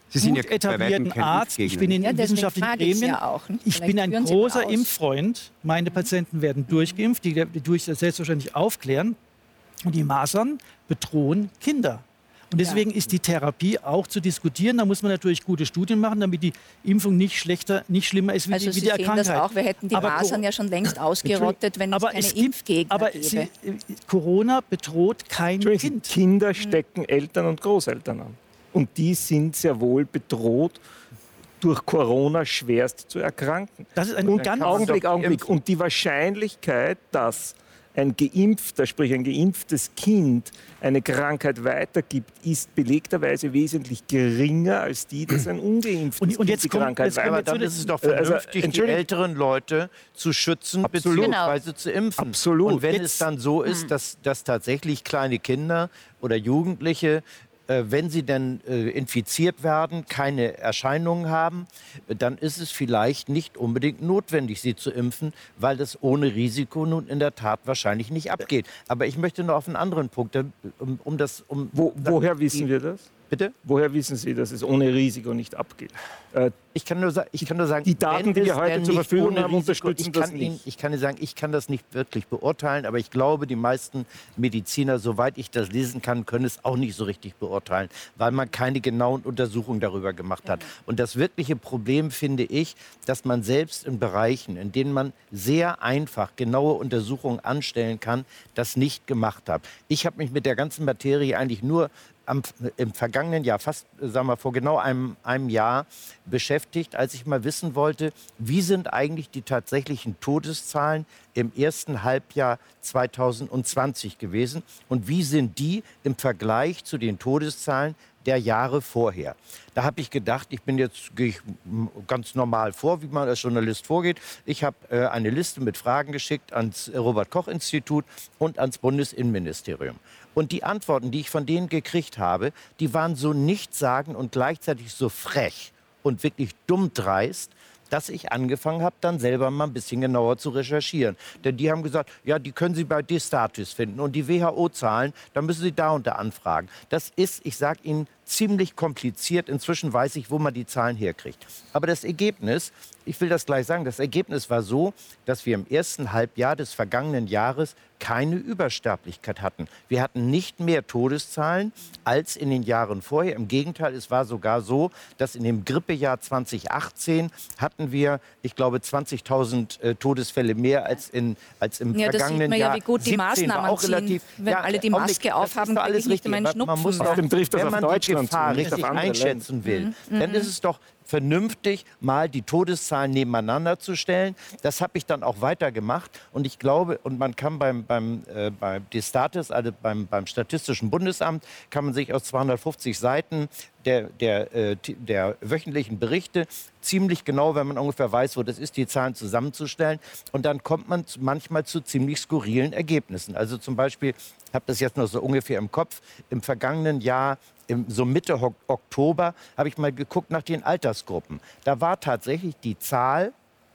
gut etablierten Arzt, ich bin in ja, wissenschaftlichen Gremien, ja auch, ne? Ich bin ein großer Impffreund. Meine Patienten werden durchgeimpft, die, die durch das selbstverständlich aufklären. Und die Masern bedrohen Kinder. Und deswegen ja. ist die Therapie auch zu diskutieren. Da muss man natürlich gute Studien machen, damit die Impfung nicht schlechter, nicht schlimmer ist wie, also die, wie Sie die Erkrankheit. Also das auch. Wir hätten die aber Masern ja schon längst ausgerottet, wenn es keine es gibt, Impfgegner aber gäbe. Sie, Corona bedroht kein Kind. Kinder stecken Eltern und Großeltern an. Und die sind sehr wohl bedroht, durch Corona schwerst zu erkranken. Das ist ein und ganz Augenblick, Augenblick. Und die Wahrscheinlichkeit, dass ein Geimpfter, sprich ein geimpftes Kind, eine Krankheit weitergibt, ist belegterweise wesentlich geringer als die, dass ein ungeimpftes und, und jetzt Kind die Krankheit weitergibt. Aber dann ist es doch vernünftig, also, die älteren Leute zu schützen bzw. genau. zu impfen. Absolut. Und wenn jetzt, es dann so ist, dass, dass tatsächlich kleine Kinder oder Jugendliche, wenn sie denn äh, infiziert werden, keine Erscheinungen haben, dann ist es vielleicht nicht unbedingt notwendig, sie zu impfen, weil das ohne Risiko nun in der Tat wahrscheinlich nicht abgeht. Aber ich möchte noch auf einen anderen Punkt, um, um das... Um, Wo, woher wissen wir das? Bitte? Woher wissen Sie, dass es ohne Risiko nicht abgeht? Äh, ich, kann nur, ich kann nur sagen, die Daten, die wir heute zur Verfügung haben, unterstützen das nicht. Ihnen, ich kann Ihnen sagen, ich kann das nicht wirklich beurteilen, aber ich glaube, die meisten Mediziner, soweit ich das lesen kann, können es auch nicht so richtig beurteilen, weil man keine genauen Untersuchungen darüber gemacht hat. Und das wirkliche Problem finde ich, dass man selbst in Bereichen, in denen man sehr einfach genaue Untersuchungen anstellen kann, das nicht gemacht hat. Ich habe mich mit der ganzen Materie eigentlich nur Am, im vergangenen Jahr, fast sagen wir, vor genau einem, einem Jahr beschäftigt, als ich mal wissen wollte, wie sind eigentlich die tatsächlichen Todeszahlen im ersten Halbjahr zweitausendzwanzig gewesen und wie sind die im Vergleich zu den Todeszahlen der Jahre vorher. Da habe ich gedacht, ich bin jetzt, gehe ich ganz normal vor, wie man als Journalist vorgeht. Ich habe äh, eine Liste mit Fragen geschickt ans Robert-Koch-Institut und ans Bundesinnenministerium. Und die Antworten, die ich von denen gekriegt habe, die waren so nichtssagend und gleichzeitig so frech und wirklich dumm dreist, dass ich angefangen habe, dann selber mal ein bisschen genauer zu recherchieren. Denn die haben gesagt, ja, die können Sie bei Destatis finden. Und die W H O-Zahlen, da müssen Sie da und da anfragen. Das ist, ich sage Ihnen, ziemlich kompliziert. Inzwischen weiß ich, wo man die Zahlen herkriegt. Aber das Ergebnis, ich will das gleich sagen, das Ergebnis war so, dass wir im ersten Halbjahr des vergangenen Jahres keine Übersterblichkeit hatten. Wir hatten nicht mehr Todeszahlen als in den Jahren vorher. Im Gegenteil, es war sogar so, dass in dem Grippejahr zweitausendachtzehn hatten wir, ich glaube, zwanzigtausend äh, Todesfälle mehr als, in, als im ja, vergangenen Jahr. Ja, wie gut die Maßnahmen auch ziehen. relativ, wenn ja, alle die Maske aufhaben, kriege ich nicht mehr Schnupfen. Man muss doch, wenn man die Gefahr richtig einschätzen will, mhm. dann ist es doch vernünftig, mal die Todeszahlen nebeneinander zu stellen. Das habe ich dann auch weitergemacht. Und ich glaube, und man kann beim, beim, äh, beim Destatis, also beim, beim Statistischen Bundesamt, kann man sich aus zweihundertfünfzig Seiten der, der, äh, der wöchentlichen Berichte ziemlich genau, wenn man ungefähr weiß, wo das ist, die Zahlen zusammenzustellen. Und dann kommt man manchmal zu ziemlich skurrilen Ergebnissen. Also zum Beispiel, ich habe das jetzt noch so ungefähr im Kopf, im vergangenen Jahr, im, so Mitte Oktober, habe ich mal geguckt nach den Altersgruppen. Da war tatsächlich die Zahl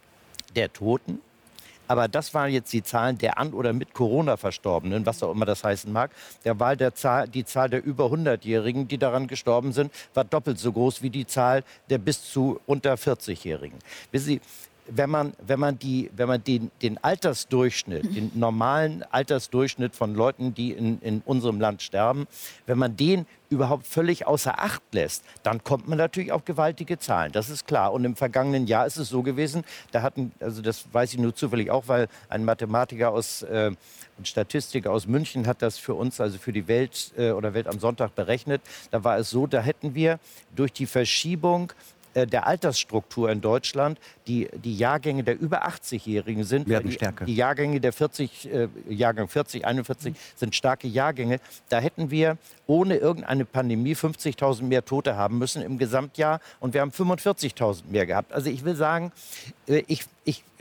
der Toten, aber das waren jetzt die Zahlen der an oder mit Corona Verstorbenen, was auch immer das heißen mag. Da war der Zahl, die Zahl der über hundertjährigen, die daran gestorben sind, war doppelt so groß wie die Zahl der bis zu unter vierzigjährigen. Wissen Sie, wenn man, wenn man, die, wenn man den, den Altersdurchschnitt, den normalen Altersdurchschnitt von Leuten, die in, in unserem Land sterben, wenn man den überhaupt völlig außer Acht lässt, dann kommt man natürlich auf gewaltige Zahlen. Das ist klar. Und im vergangenen Jahr ist es so gewesen, da hatten, also das weiß ich nur zufällig auch, weil ein Mathematiker aus, äh, ein Statistiker aus München hat das für uns, also für die Welt äh, oder Welt am Sonntag berechnet. Da war es so, da hätten wir durch die Verschiebung der Altersstruktur in Deutschland, die, die Jahrgänge der über achtzigjährigen sind, werden die, stärker. Die Jahrgänge der vierzig, äh, Jahrgang vierzig, einundvierzig mhm. sind starke Jahrgänge. Da hätten wir ohne irgendeine Pandemie fünfzigtausend mehr Tote haben müssen im Gesamtjahr und wir haben fünfundvierzigtausend mehr gehabt. Also ich will sagen, äh, ich, ich äh,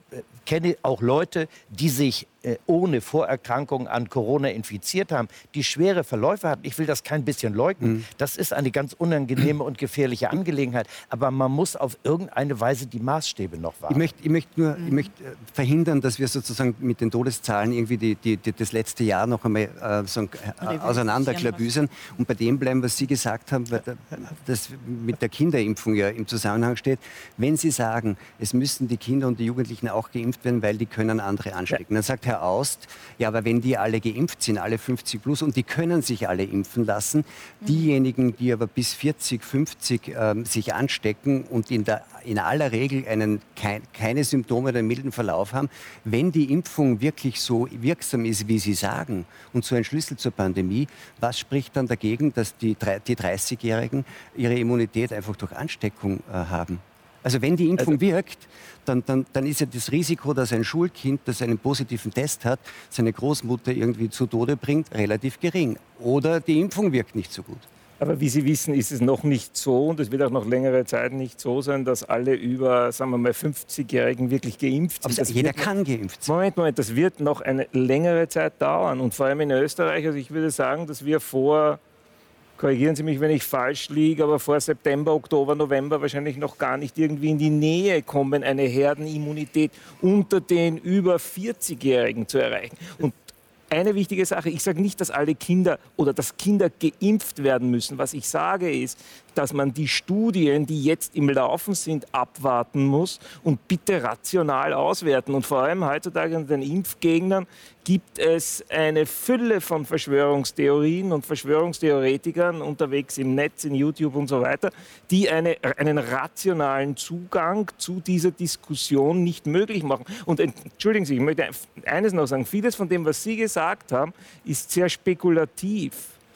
kenne auch Leute, die sich äh, ohne Vorerkrankung an Corona infiziert haben, die schwere Verläufe hatten. Ich will das kein bisschen leugnen. Mhm. Das ist eine ganz unangenehme und gefährliche Angelegenheit. Aber man muss auf irgendeine Weise die Maßstäbe noch wahren. Ich möchte, ich möchte nur ich möchte verhindern, dass wir sozusagen mit den Todeszahlen irgendwie die, die, die, das letzte Jahr noch einmal äh, so, äh, auseinanderklabüsern und bei dem bleiben, was Sie gesagt haben, weil das mit der Kinderimpfung ja im Zusammenhang steht. Wenn Sie sagen, es müssen die Kinder und die Jugendlichen auch geimpft werden, weil die können andere anstecken. Dann sagt Herr Aust, ja, aber wenn die alle geimpft sind, alle fünfzig plus, und die können sich alle impfen lassen, diejenigen, die aber bis vierzig, fünfzig ähm, sich anstecken und in, der, in aller Regel einen, kein, keine Symptome oder einen milden Verlauf haben, wenn die Impfung wirklich so wirksam ist, wie Sie sagen, und so ein Schlüssel zur Pandemie, was spricht dann dagegen, dass die, die dreißigjährigen ihre Immunität einfach durch Ansteckung äh, haben? Also wenn die Impfung also, wirkt, dann, dann, dann ist ja das Risiko, dass ein Schulkind, das einen positiven Test hat, seine Großmutter irgendwie zu Tode bringt, relativ gering. Oder die Impfung wirkt nicht so gut. Aber wie Sie wissen, ist es noch nicht so, und es wird auch noch längere Zeit nicht so sein, dass alle über, sagen wir mal, fünfzigjährigen wirklich geimpft sind. Aber jeder kann geimpft sein. Moment, Moment, das wird noch eine längere Zeit dauern. Und vor allem in Österreich, also ich würde sagen, dass wir vor... Korrigieren Sie mich, wenn ich falsch liege, aber vor September, Oktober, November wahrscheinlich noch gar nicht irgendwie in die Nähe kommen, eine Herdenimmunität unter den über vierzigjährigen zu erreichen. Und eine wichtige Sache, ich sage nicht, dass alle Kinder oder dass Kinder geimpft werden müssen. Was ich sage ist, dass man die Studien, die jetzt im Laufen sind, abwarten muss und bitte rational auswerten. Und vor allem heutzutage unter den Impfgegnern gibt es eine Fülle von Verschwörungstheorien und Verschwörungstheoretikern unterwegs im Netz, in YouTube und so weiter, die eine, einen rationalen Zugang zu dieser Diskussion nicht möglich machen. Und entschuldigen Sie, ich möchte eines noch sagen, vieles von dem, was Sie gesagt haben, ist sehr spekulativ.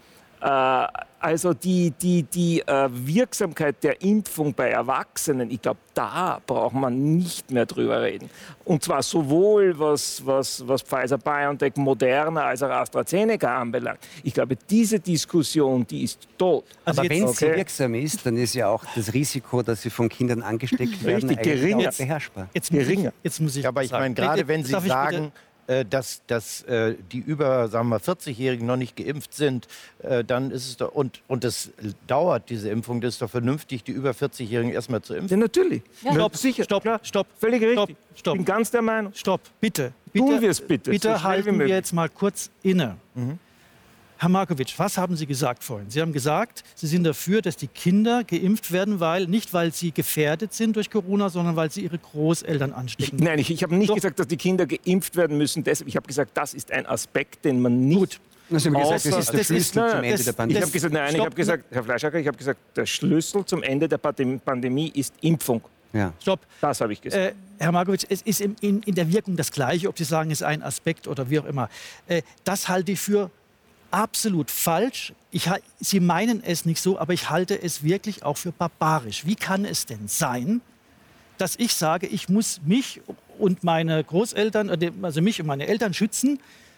Äh, also die, die, die äh, Wirksamkeit der Impfung bei Erwachsenen, ich glaube, da braucht man nicht mehr drüber reden. Und zwar sowohl was, was, was Pfizer, BioNTech, Moderna als auch AstraZeneca anbelangt. Ich glaube, diese Diskussion, die ist tot. Also aber wenn okay. sie wirksam ist, dann ist ja auch das Risiko, dass sie von Kindern angesteckt werden, richtig geringer. Beherrschbar. Jetzt geringer. Ich, jetzt muss ich aber ich meine, gerade wenn Sie sagen... dass, dass äh, die über, sagen wir mal, vierzigjährigen noch nicht geimpft sind, äh, dann ist es doch, und, und es dauert, diese Impfung, das ist doch vernünftig, die über vierzigjährigen erstmal zu impfen. Ja, natürlich. Ja. Stopp, sicher. Stopp, Klar. stopp. Völlig richtig. Stopp, stopp. Ich bin ganz der Meinung. Stopp, bitte. bitte Tun wir es bitte. Bitte so halten wir jetzt mal kurz inne. Mhm. Herr Markovic, was haben Sie gesagt vorhin? Sie haben gesagt, Sie sind dafür, dass die Kinder geimpft werden, weil, nicht weil sie gefährdet sind durch Corona, sondern weil sie ihre Großeltern anstecken. Ich, nein, ich, ich habe nicht Doch. gesagt, dass die Kinder geimpft werden müssen. Deshalb, ich habe gesagt, das ist ein Aspekt, den man nicht... Gut. Also, wie gesagt, das ist der Schlüssel zum Ende das, der Pandemie. Ich habe gesagt, nein, ich habe gesagt, Herr Fleischacker, ich habe gesagt, der Schlüssel zum Ende der Pandemie ist Impfung. Ja. Stopp. Das habe ich gesagt. Äh, Herr Markovic, es ist in, in, in der Wirkung das Gleiche, ob Sie sagen, es ist ein Aspekt oder wie auch immer. Äh, das halte ich für absolut falsch. Ich, Sie meinen es nicht so, aber ich halte es wirklich auch für barbarisch. Wie kann es denn sein, dass ich sage, ich muss mich und meine Großeltern, also mich und meine Eltern schützen,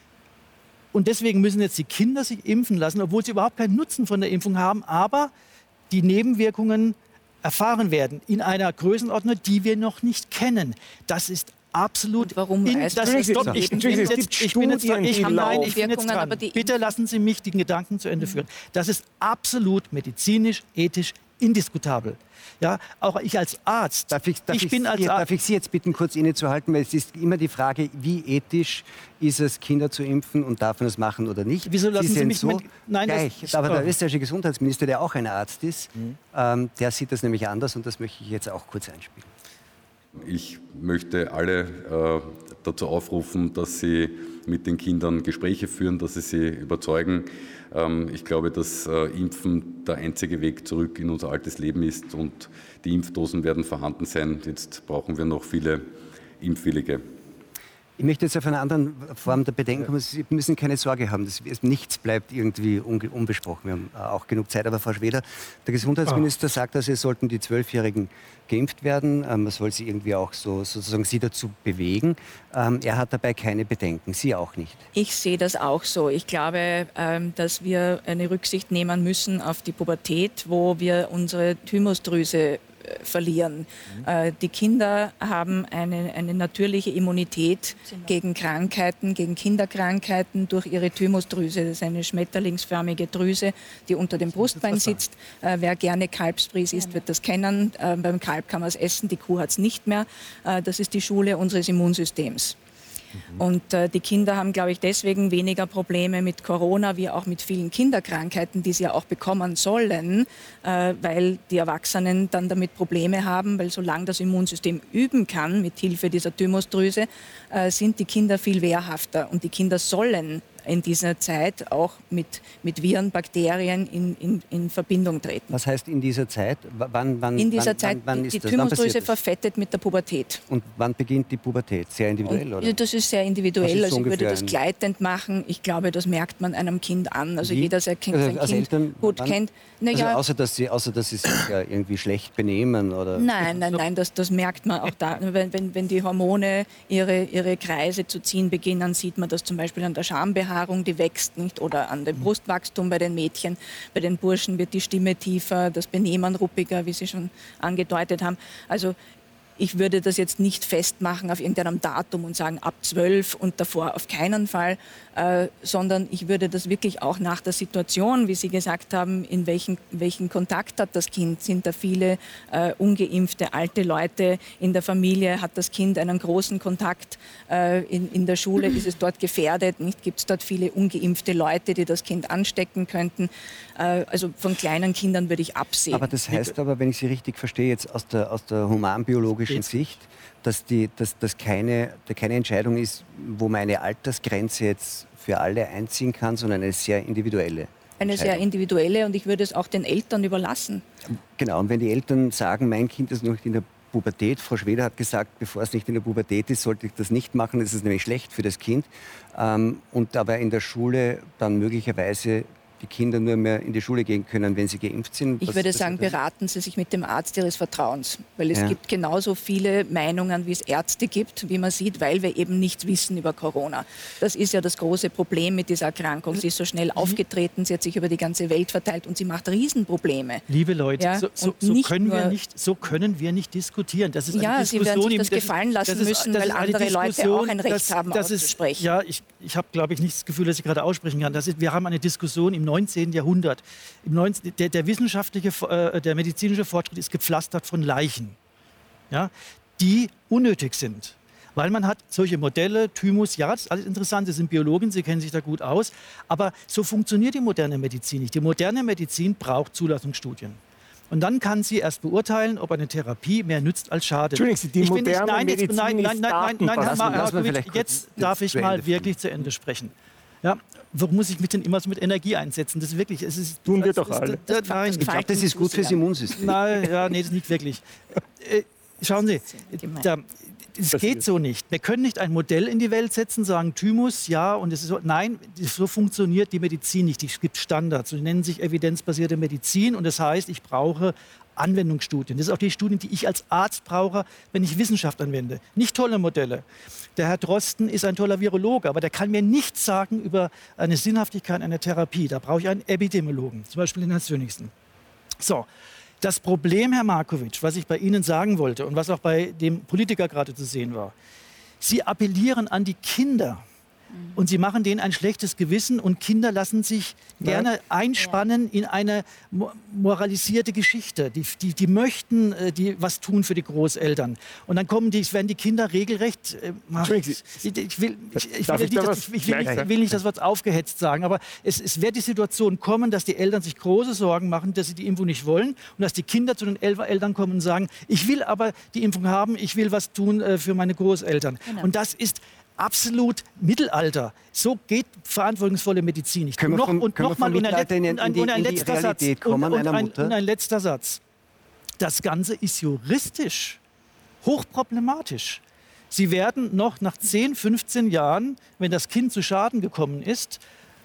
und deswegen müssen jetzt die Kinder sich impfen lassen, obwohl sie überhaupt keinen Nutzen von der Impfung haben, aber die Nebenwirkungen erfahren werden in einer Größenordnung, die wir noch nicht kennen. Das ist absolut. Und warum? In, das ist, stopp, ich, ich, bin jetzt, ich bin jetzt dran. Ich, nein, ich bin jetzt dran. Bitte lassen Sie mich die Gedanken zu Ende führen. Das ist absolut medizinisch, ethisch indiskutabel. Ja, auch ich als Arzt. Darf ich, darf ich ich, bin als Sie, darf ich Sie jetzt bitten, kurz innezuhalten, weil es ist immer die Frage, wie ethisch ist es, Kinder zu impfen und darf man das machen oder nicht? Wieso lassen Sie, Sie mich so mit, nein, gleich. Das, Aber der österreichische Gesundheitsminister, der auch ein Arzt ist, mhm. ähm, der sieht das nämlich anders und das möchte ich jetzt auch kurz einspielen. Ich möchte alle äh, dazu aufrufen, dass sie mit den Kindern Gespräche führen, dass sie sie überzeugen. Ähm, ich glaube, dass äh, Impfen der einzige Weg zurück in unser altes Leben ist und die Impfdosen werden vorhanden sein. Jetzt brauchen wir noch viele Impfwillige. Ich möchte jetzt auf eine andere Form der Bedenken kommen. Sie müssen keine Sorge haben, dass nichts bleibt irgendwie unbesprochen. Wir haben auch genug Zeit. Aber Frau Schweder, der Gesundheitsminister oh. sagt, also es sollten die Zwölfjährigen geimpft werden. Man soll sie irgendwie auch so, sozusagen sie dazu bewegen. Er hat dabei keine Bedenken. Sie auch nicht? Ich sehe das auch so. Ich glaube, dass wir eine Rücksicht nehmen müssen auf die Pubertät, wo wir unsere Thymusdrüse verlieren. Mhm. Äh, die Kinder haben eine, eine natürliche Immunität gegen Krankheiten, gegen Kinderkrankheiten durch ihre Thymusdrüse. Das ist eine schmetterlingsförmige Drüse, die unter dem Brustbein sitzt. Äh, wer gerne Kalbsbries isst, wird das kennen. Äh, beim Kalb kann man es essen, die Kuh hat es nicht mehr. Äh, das ist die Schule unseres Immunsystems. Mhm. Und äh, die Kinder haben, glaube ich, deswegen weniger Probleme mit Corona, wie auch mit vielen Kinderkrankheiten, die sie ja auch bekommen sollen, äh, weil die Erwachsenen dann damit Probleme haben, weil solange das Immunsystem üben kann, mit Hilfe dieser Thymusdrüse, äh, sind die Kinder viel wehrhafter. Und die Kinder sollen in dieser Zeit auch mit, mit Viren, Bakterien in, in, in Verbindung treten. Was heißt in dieser Zeit? W wann, wann, in dieser wann, Zeit, wann, wann die, ist die das? Thymusdrüse verfettet mit der Pubertät. Und wann beginnt die Pubertät? Sehr individuell, Und, oder? Das ist sehr individuell. Ist also so ich würde das ein... gleitend machen. Ich glaube, das merkt man einem Kind an. Also Wie? jeder, der kind, sein also Kind Eltern, gut wann? kennt. Na also ja, außer, dass sie, außer dass sie sich ja irgendwie schlecht benehmen? Oder? Nein, nein, nein, das, das merkt man auch da. Wenn, wenn, wenn die Hormone ihre, ihre Kreise zu ziehen beginnen, sieht man das zum Beispiel an der Schambehaarung, die wächst nicht, oder an dem Brustwachstum bei den Mädchen. Bei den Burschen wird die Stimme tiefer, das Benehmen ruppiger, wie Sie schon angedeutet haben. Also ich würde das jetzt nicht festmachen auf irgendeinem Datum und sagen ab zwölf und davor auf keinen Fall, äh, sondern ich würde das wirklich auch nach der Situation, wie Sie gesagt haben, in welchen, welchen Kontakt hat das Kind? Sind da viele äh, ungeimpfte, alte Leute in der Familie? Hat das Kind einen großen Kontakt äh, in, in der Schule? Ist es dort gefährdet? Gibt es dort viele ungeimpfte Leute, die das Kind anstecken könnten? Äh, also von kleinen Kindern würde ich absehen. Aber das heißt aber, wenn ich Sie richtig verstehe, jetzt aus der, aus der humanbiologischen Sicht, dass, die, dass, dass keine, keine Entscheidung ist, wo man eine Altersgrenze jetzt für alle einziehen kann, sondern eine sehr individuelle. Eine sehr individuelle, und ich würde es auch den Eltern überlassen. Genau, und wenn die Eltern sagen, mein Kind ist noch in der Pubertät, Frau Schweder hat gesagt, bevor es nicht in der Pubertät ist, sollte ich das nicht machen, das ist nämlich schlecht für das Kind. Ähm, und aber in der Schule dann möglicherweise die Kinder nur mehr in die Schule gehen können, wenn sie geimpft sind? Ich Was, würde sagen, beraten Sie sich mit dem Arzt Ihres Vertrauens. Weil es ja. gibt genauso viele Meinungen, wie es Ärzte gibt, wie man sieht, weil wir eben nichts wissen über Corona. Das ist ja das große Problem mit dieser Erkrankung. Sie ist so schnell aufgetreten, sie hat sich über die ganze Welt verteilt und sie macht Riesenprobleme. Liebe Leute, ja? so, so, so, können wir nicht, so können wir nicht diskutieren. Das ist eine ja, Diskussion, Sie werden sich das das gefallen lassen das ist, müssen, das weil andere Leute auch ein Recht das, haben, das auszusprechen. Ist, ja, ich, ich habe, glaube ich, nicht das Gefühl, dass ich gerade aussprechen kann. Das ist, wir haben eine Diskussion im neunzehnten Jahrhundert. Im neunzehnten Der, der wissenschaftliche, äh, der medizinische Fortschritt ist gepflastert von Leichen, ja, die unnötig sind. Weil man hat solche Modelle, Thymus, ja, das ist alles interessant, Sie sind Biologen, Sie kennen sich da gut aus. Aber so funktioniert die moderne Medizin nicht. Die moderne Medizin braucht Zulassungsstudien. Und dann kann sie erst beurteilen, ob eine Therapie mehr nützt als schadet. Entschuldigen Sie, die ich moderne nicht, nein, jetzt, Medizin nein, nein, nein, nein, nein, lassen, Herr lassen Markovic, jetzt darf ich mal wirklich zu Ende sprechen. Ja, warum muss ich mich denn immer so mit Energie einsetzen? Das ist wirklich, es ist, tun wir das, doch alle. Das, das, nein, ich glaube, das ist gut fürs Immunsystem. Nein, ja, nee, das nicht wirklich. Äh, schauen Sie, da, es geht so nicht. Wir können nicht ein Modell in die Welt setzen, sagen Thymus, ja, und es ist so. Nein, so funktioniert die Medizin nicht. Es gibt Standards, die nennen sich evidenzbasierte Medizin, und das heißt, ich brauche Anwendungsstudien. Das ist auch die Studien, die ich als Arzt brauche, wenn ich Wissenschaft anwende. Nicht tolle Modelle. Der Herr Drosten ist ein toller Virologe, aber der kann mir nichts sagen über eine Sinnhaftigkeit einer Therapie. Da brauche ich einen Epidemiologen, zum Beispiel den Herrn Sönnigsen. So, das Problem, Herr Markovic, was ich bei Ihnen sagen wollte und was auch bei dem Politiker gerade zu sehen war, Sie appellieren an die Kinder. Und sie machen denen ein schlechtes Gewissen, und Kinder lassen sich gerne einspannen in eine moralisierte Geschichte. Die, die, die möchten äh, die was tun für die Großeltern. Und dann kommen die, werden die Kinder regelrecht. Äh, ach, ich, ich, will, ich, ich, will nicht, das, ich, will nicht, ich will nicht das Wort aufgehetzt sagen, aber es, es wird die Situation kommen, dass die Eltern sich große Sorgen machen, dass sie die Impfung nicht wollen, und dass die Kinder zu den Eltern kommen und sagen, ich will aber die Impfung haben, ich will was tun äh, für meine Großeltern. Genau. Und das ist absolut Mittelalter. So geht verantwortungsvolle Medizin nicht. Können wir vom, und noch mal in, in, in, in, in die Realität kommen und, und, einer ein, Mutter? und ein letzter Satz. Das Ganze ist juristisch hochproblematisch. Sie werden noch nach zehn, fünfzehn Jahren, wenn das Kind zu Schaden gekommen ist,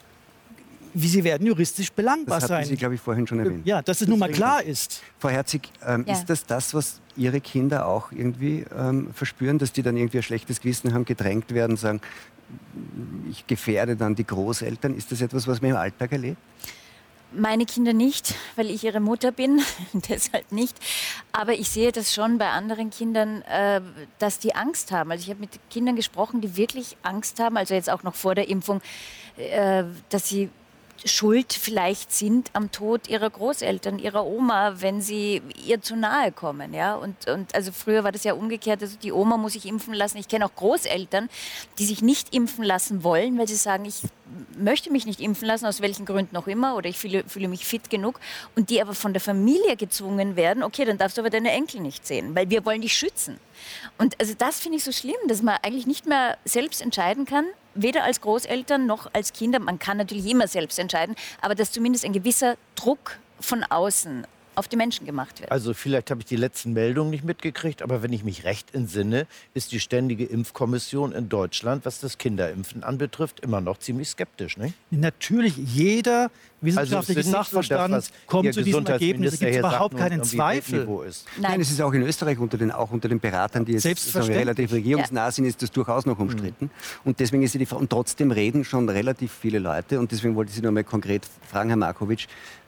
wie sie werden juristisch belangbar das sein. Das Sie, glaube ich, vorhin schon erwähnt. Ja, dass es nun mal klar ist. Frau Herzig, ähm, ja. ist das das, was Ihre Kinder auch irgendwie ähm, verspüren, dass die dann irgendwie ein schlechtes Gewissen haben, gedrängt werden, sagen, ich gefährde dann die Großeltern? Ist das etwas, was man im Alltag erlebt? Meine Kinder nicht, weil ich ihre Mutter bin, deshalb nicht. Aber ich sehe das schon bei anderen Kindern, äh, dass die Angst haben. Also ich habe mit Kindern gesprochen, die wirklich Angst haben, also jetzt auch noch vor der Impfung, äh, dass sie schuld vielleicht sind am Tod ihrer Großeltern, ihrer Oma, wenn sie ihr zu nahe kommen. Ja? Und, und also früher war das ja umgekehrt, also die Oma muss sich impfen lassen. Ich kenne auch Großeltern, die sich nicht impfen lassen wollen, weil sie sagen, ich möchte mich nicht impfen lassen, aus welchen Gründen auch immer, oder ich fühle, fühle mich fit genug, und die aber von der Familie gezwungen werden, okay, dann darfst du aber deine Enkel nicht sehen, weil wir wollen dich schützen. Und also das finde ich so schlimm, dass man eigentlich nicht mehr selbst entscheiden kann, weder als Großeltern noch als Kinder. Man kann natürlich immer selbst entscheiden, aber dass zumindest ein gewisser Druck von außen auf die Menschen gemacht wird. Also vielleicht habe ich die letzten Meldungen nicht mitgekriegt, aber wenn ich mich recht entsinne, ist die Ständige Impfkommission in Deutschland, was das Kinderimpfen anbetrifft, immer noch ziemlich skeptisch, nicht? Natürlich, jeder wissenschaftliche also Sachverstand das, kommt zu diesem Ergebnis. Es gibt überhaupt keinen Zweifel. Ist. Nein. Nein, es ist auch in Österreich unter den, auch unter den Beratern, die jetzt sagen, relativ regierungsnah ja. sind, ist das durchaus noch umstritten. Mhm. Und deswegen ist die Frage, und trotzdem reden schon relativ viele Leute, und deswegen wollte ich Sie noch mal konkret fragen, Herr Markovic,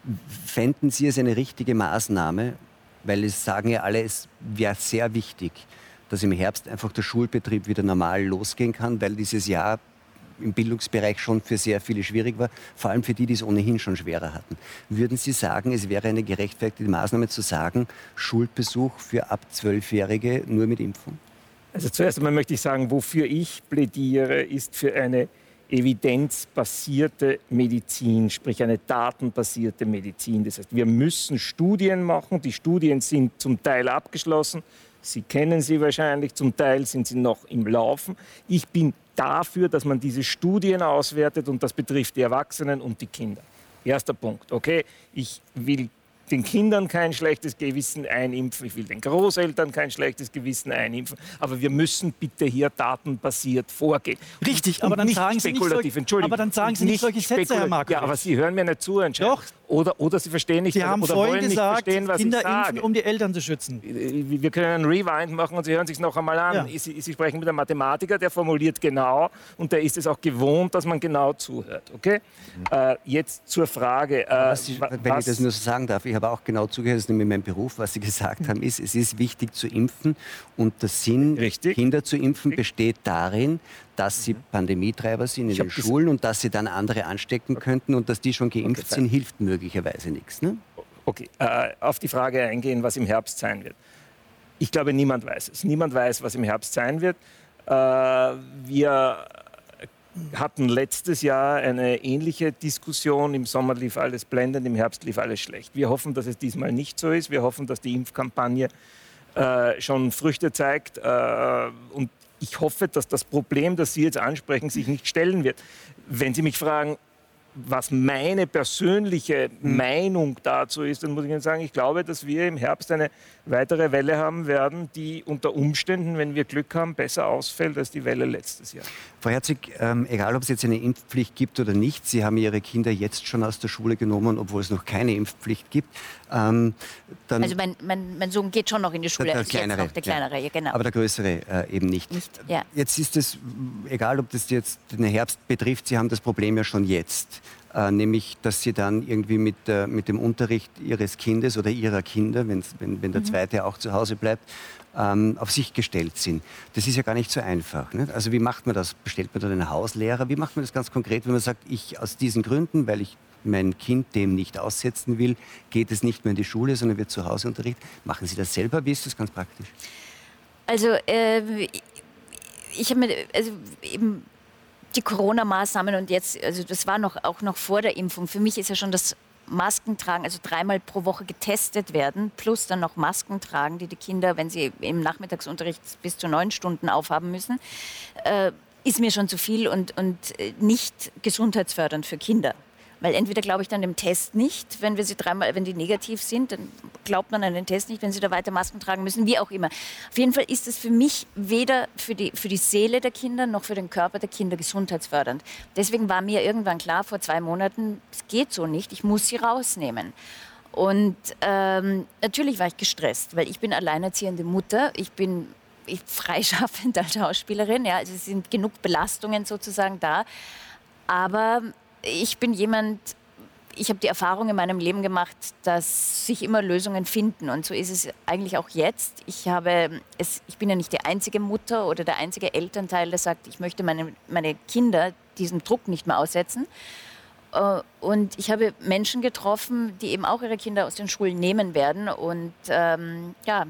fänden Sie es eine richtige Maßnahme, weil es sagen ja alle, es wäre sehr wichtig, dass im Herbst einfach der Schulbetrieb wieder normal losgehen kann, weil dieses Jahr im Bildungsbereich schon für sehr viele schwierig war, vor allem für die, die es ohnehin schon schwerer hatten. Würden Sie sagen, es wäre eine gerechtfertigte Maßnahme zu sagen, Schulbesuch für ab Zwölfjährige nur mit Impfung? Also zuerst einmal möchte ich sagen, wofür ich plädiere, ist für eine evidenzbasierte Medizin, sprich eine datenbasierte Medizin. Das heißt, wir müssen Studien machen. Die Studien sind zum Teil abgeschlossen. Sie kennen sie wahrscheinlich, zum Teil sind sie noch im Laufen. Ich bin dafür, dass man diese Studien auswertet, und das betrifft die Erwachsenen und die Kinder. Erster Punkt, okay? Ich will den Kindern kein schlechtes Gewissen einimpfen, ich will den Großeltern kein schlechtes Gewissen einimpfen, aber wir müssen bitte hier datenbasiert vorgehen. Richtig, und, aber, und dann nicht sagen Sie nicht solche, aber dann sagen Sie nicht solche Sätze, Herr Markovic. Ja, aber Sie hören mir nicht zu anscheinend. Doch. Oder, oder Sie verstehen nicht, Sie haben oder vorhin wollen gesagt, nicht verstehen, was Kinder ich sage. impfen, um die Eltern zu schützen. Wir können einen Rewind machen und Sie hören sich noch einmal an. Ja. Sie, Sie sprechen mit einem Mathematiker, der formuliert genau, und der ist es auch gewohnt, dass man genau zuhört. Okay? Mhm. Äh, jetzt zur Frage. Äh, was Sie, wenn was, ich das nur so sagen darf, ich habe auch genau zugehört, das ist nämlich mein Beruf. Was Sie gesagt haben, ist, es ist wichtig zu impfen, und der Sinn, Richtig. Kinder zu impfen, Richtig. besteht darin, dass sie Pandemietreiber sind in den Schulen und dass sie dann andere anstecken könnten, und dass die schon geimpft okay, sind, hilft möglicherweise nichts. Ne? Okay, äh, auf die Frage eingehen, was im Herbst sein wird. Ich glaube, niemand weiß es. Niemand weiß, was im Herbst sein wird. Äh, wir hatten letztes Jahr eine ähnliche Diskussion. Im Sommer lief alles blendend, im Herbst lief alles schlecht. Wir hoffen, dass es diesmal nicht so ist. Wir hoffen, dass die Impfkampagne äh, schon Früchte zeigt, äh, und ich hoffe, dass das Problem, das Sie jetzt ansprechen, sich nicht stellen wird. Wenn Sie mich fragen, was meine persönliche mhm. Meinung dazu ist, dann muss ich Ihnen sagen, ich glaube, dass wir im Herbst eine weitere Welle haben werden, die unter Umständen, wenn wir Glück haben, besser ausfällt als die Welle letztes Jahr. Frau Herzig, ähm, egal ob es jetzt eine Impfpflicht gibt oder nicht, Sie haben Ihre Kinder jetzt schon aus der Schule genommen, obwohl es noch keine Impfpflicht gibt. Ähm, dann also mein, mein, mein Sohn geht schon noch in die Schule, der, der also kleinere, jetzt noch, der kleinere, ja, genau. Aber der größere äh, eben nicht. nicht ja. Jetzt ist es, egal ob das jetzt den Herbst betrifft, Sie haben das Problem ja schon jetzt. Äh, nämlich, dass Sie dann irgendwie mit, äh, mit dem Unterricht Ihres Kindes oder Ihrer Kinder, wenn's, wenn, wenn der mhm. zweite auch zu Hause bleibt, ähm, auf sich gestellt sind. Das ist ja gar nicht so einfach. Ne? Also wie macht man das? Bestellt man dann einen Hauslehrer? Wie macht man das ganz konkret, wenn man sagt, ich aus diesen Gründen, weil ich mein Kind dem nicht aussetzen will, geht es nicht mehr in die Schule, sondern wird zu Hause unterrichtet? Machen Sie das selber? Wie ist das ganz praktisch? Also äh, ich habe mir also eben die Corona-Maßnahmen, und jetzt, also das war noch, auch noch vor der Impfung. Für mich ist ja schon das Maskentragen, also dreimal pro Woche getestet werden, plus dann noch Masken tragen, die die Kinder, wenn sie im Nachmittagsunterricht bis zu neun Stunden aufhaben müssen, äh, ist mir schon zu viel und, und nicht gesundheitsfördernd für Kinder. Weil entweder glaube ich dann dem Test nicht, wenn wir sie dreimal, wenn die negativ sind, dann glaubt man an den Test nicht, wenn sie da weiter Masken tragen müssen, wie auch immer. Auf jeden Fall ist es für mich weder für die, für die Seele der Kinder noch für den Körper der Kinder gesundheitsfördernd. Deswegen war mir irgendwann klar, vor zwei Monaten, es geht so nicht, ich muss sie rausnehmen. Und ähm, natürlich war ich gestresst, weil ich bin alleinerziehende Mutter, ich bin ich freischaffend als Schauspielerin, ja, also es sind genug Belastungen sozusagen da, aber ich bin jemand, ich habe die Erfahrung in meinem Leben gemacht, dass sich immer Lösungen finden. Und so ist es eigentlich auch jetzt. Ich, habe es, ich bin ja nicht die einzige Mutter oder der einzige Elternteil, der sagt, ich möchte meine, meine Kinder diesem Druck nicht mehr aussetzen. Und ich habe Menschen getroffen, die eben auch ihre Kinder aus den Schulen nehmen werden und ähm, ja,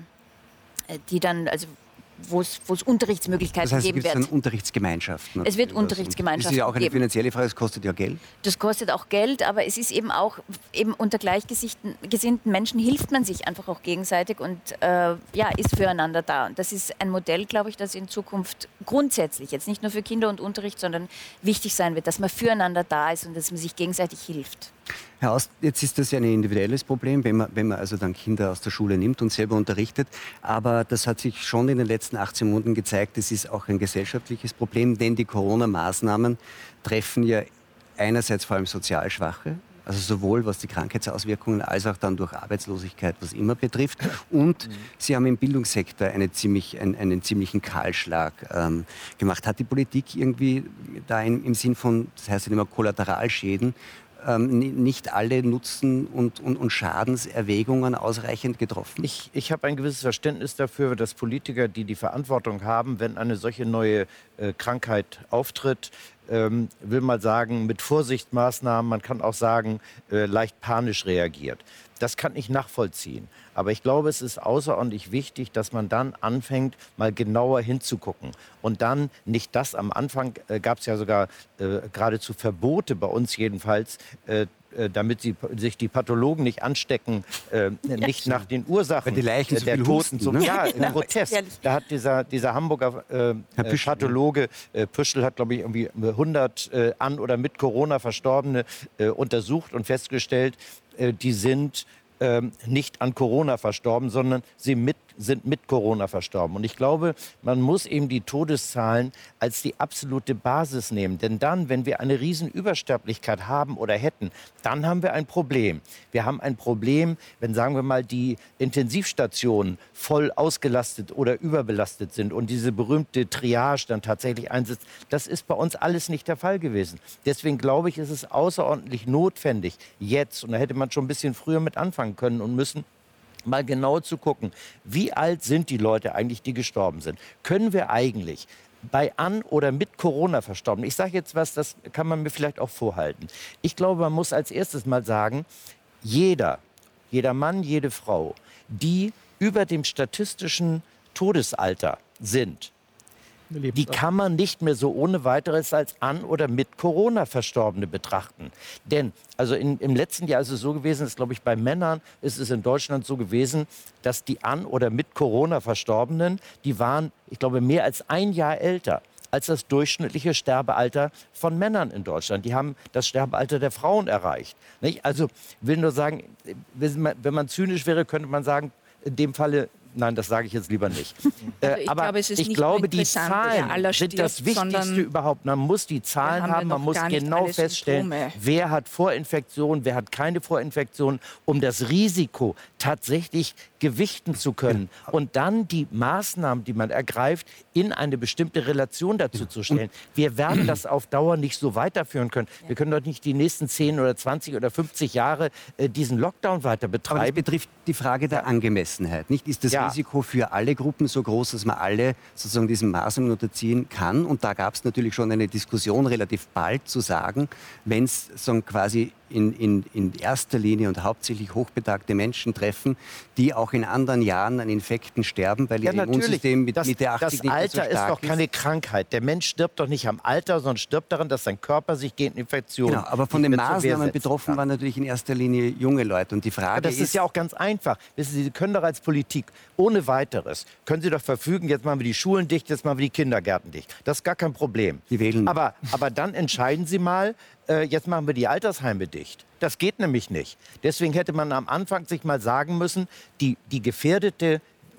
die dann, also wo es Unterrichtsmöglichkeiten das heißt, geben wird. Es gibt dann Unterrichtsgemeinschaften. Es wird Unterrichtsgemeinschaften geben. Das ist ja auch eine geben. finanzielle Frage, das kostet ja Geld. Das kostet auch Geld, aber es ist eben auch, eben unter gleichgesinnten Menschen hilft man sich einfach auch gegenseitig und äh, ja, ist füreinander da. Und das ist ein Modell, glaube ich, das in Zukunft grundsätzlich, jetzt nicht nur für Kinder und Unterricht, sondern wichtig sein wird, dass man füreinander da ist und dass man sich gegenseitig hilft. Herr Aust, jetzt ist das ja ein individuelles Problem, wenn man, wenn man also dann Kinder aus der Schule nimmt und selber unterrichtet. Aber das hat sich schon in den letzten achtzehn Monaten gezeigt, es ist auch ein gesellschaftliches Problem, denn die Corona-Maßnahmen treffen ja einerseits vor allem sozial Schwache, also sowohl was die Krankheitsauswirkungen als auch dann durch Arbeitslosigkeit, was immer betrifft. Und mhm. Sie haben im Bildungssektor eine ziemlich, einen, einen ziemlichen Kahlschlag ähm, gemacht. Hat die Politik irgendwie da im, im Sinn von, das heißt ja immer Kollateralschäden, Ähm, nicht alle Nutzen- und, und, und Schadenserwägungen ausreichend getroffen? Ich, ich habe ein gewisses Verständnis dafür, dass Politiker, die die Verantwortung haben, wenn eine solche neue äh, Krankheit auftritt, ähm, will mal sagen, mit Vorsichtsmaßnahmen, man kann auch sagen, äh, leicht panisch reagiert. Das kann ich nachvollziehen. Aber ich glaube, es ist außerordentlich wichtig, dass man dann anfängt, mal genauer hinzugucken. Und dann nicht das, am Anfang äh, gab es ja sogar äh, geradezu Verbote, bei uns jedenfalls, äh, äh, damit sie, sich die Pathologen nicht anstecken, äh, ja, nicht nach den Ursachen die Leichen äh, so der viel Toten. husten, So, ne? ja, im Protest. Da hat dieser, dieser Hamburger äh, Püschel, Pathologe, äh, Püschel hat, glaube ich, irgendwie hundert äh, an oder mit Corona Verstorbene äh, untersucht und festgestellt, äh, die sind nicht an Corona verstorben, sondern sie mit, sind mit Corona verstorben. Und ich glaube, man muss eben die Todeszahlen als die absolute Basis nehmen. Denn dann, wenn wir eine Riesenübersterblichkeit haben oder hätten, dann haben wir ein Problem. Wir haben ein Problem, wenn, sagen wir mal, die Intensivstationen voll ausgelastet oder überbelastet sind und diese berühmte Triage dann tatsächlich einsetzt. Das ist bei uns alles nicht der Fall gewesen. Deswegen glaube ich, ist es außerordentlich notwendig, jetzt, und da hätte man schon ein bisschen früher mit anfangen können und müssen, mal genau zu gucken, wie alt sind die Leute eigentlich, die gestorben sind. Können wir eigentlich bei an oder mit Corona verstorben, ich sage jetzt was, das kann man mir vielleicht auch vorhalten. Ich glaube, man muss als erstes mal sagen, jeder, jeder Mann, jede Frau, die über dem statistischen Todesalter sind, die kann man nicht mehr so ohne weiteres als an oder mit Corona Verstorbene betrachten. Denn also in, im letzten Jahr ist es so gewesen, ist, glaube ich, bei Männern ist es in Deutschland so gewesen, dass die an oder mit Corona Verstorbenen, die waren, ich glaube, mehr als ein Jahr älter als das durchschnittliche Sterbealter von Männern in Deutschland. Die haben das Sterbealter der Frauen erreicht. Nicht? Also will nur sagen, wenn man zynisch wäre, könnte man sagen, in dem Falle, nein, das sage ich jetzt lieber nicht. Also ich aber glaube, es ist ich nicht glaube, die Zahlen stirbt, sind das Wichtigste überhaupt. Man muss die Zahlen haben, haben man muss genau feststellen, Symptome. Wer hat Vorinfektion, wer hat keine Vorinfektion, um das Risiko tatsächlich gewichten zu können. Und dann die Maßnahmen, die man ergreift, in eine bestimmte Relation dazu zu stellen. Wir werden das auf Dauer nicht so weiterführen können. Wir können doch nicht die nächsten zehn oder zwanzig oder fünfzig Jahre äh, diesen Lockdown weiter betreiben. Aber das betrifft die Frage der Angemessenheit. Nicht? Ist das ja. Risiko für alle Gruppen so groß, dass man alle sozusagen diesen Maßnahmen unterziehen kann? Und da gab es natürlich schon eine Diskussion relativ bald zu sagen, wenn es so quasi in, in, in erster Linie und hauptsächlich hochbetagte Menschen treffen, die auch in anderen Jahren an Infekten sterben, weil ja, ihr Immunsystem mit das, Mitte achtzig das nicht Alter so stark ist doch keine Krankheit. Der Mensch stirbt doch nicht am Alter, sondern stirbt daran, dass sein Körper sich gegen Infektionen... Genau, aber von den Maßnahmen betroffen waren natürlich in erster Linie junge Leute. Und die Frage ja, das ist, ist ja auch ganz einfach. Wissen Sie, Sie können doch als Politik ohne weiteres, können Sie doch verfügen, jetzt machen wir die Schulen dicht, jetzt machen wir die Kindergärten dicht. Das ist gar kein Problem. Die wählen. Aber, aber dann entscheiden Sie mal, äh, jetzt machen wir die Altersheime dicht. Das geht nämlich nicht. Deswegen hätte man am Anfang sich mal sagen müssen, die, die gefährdete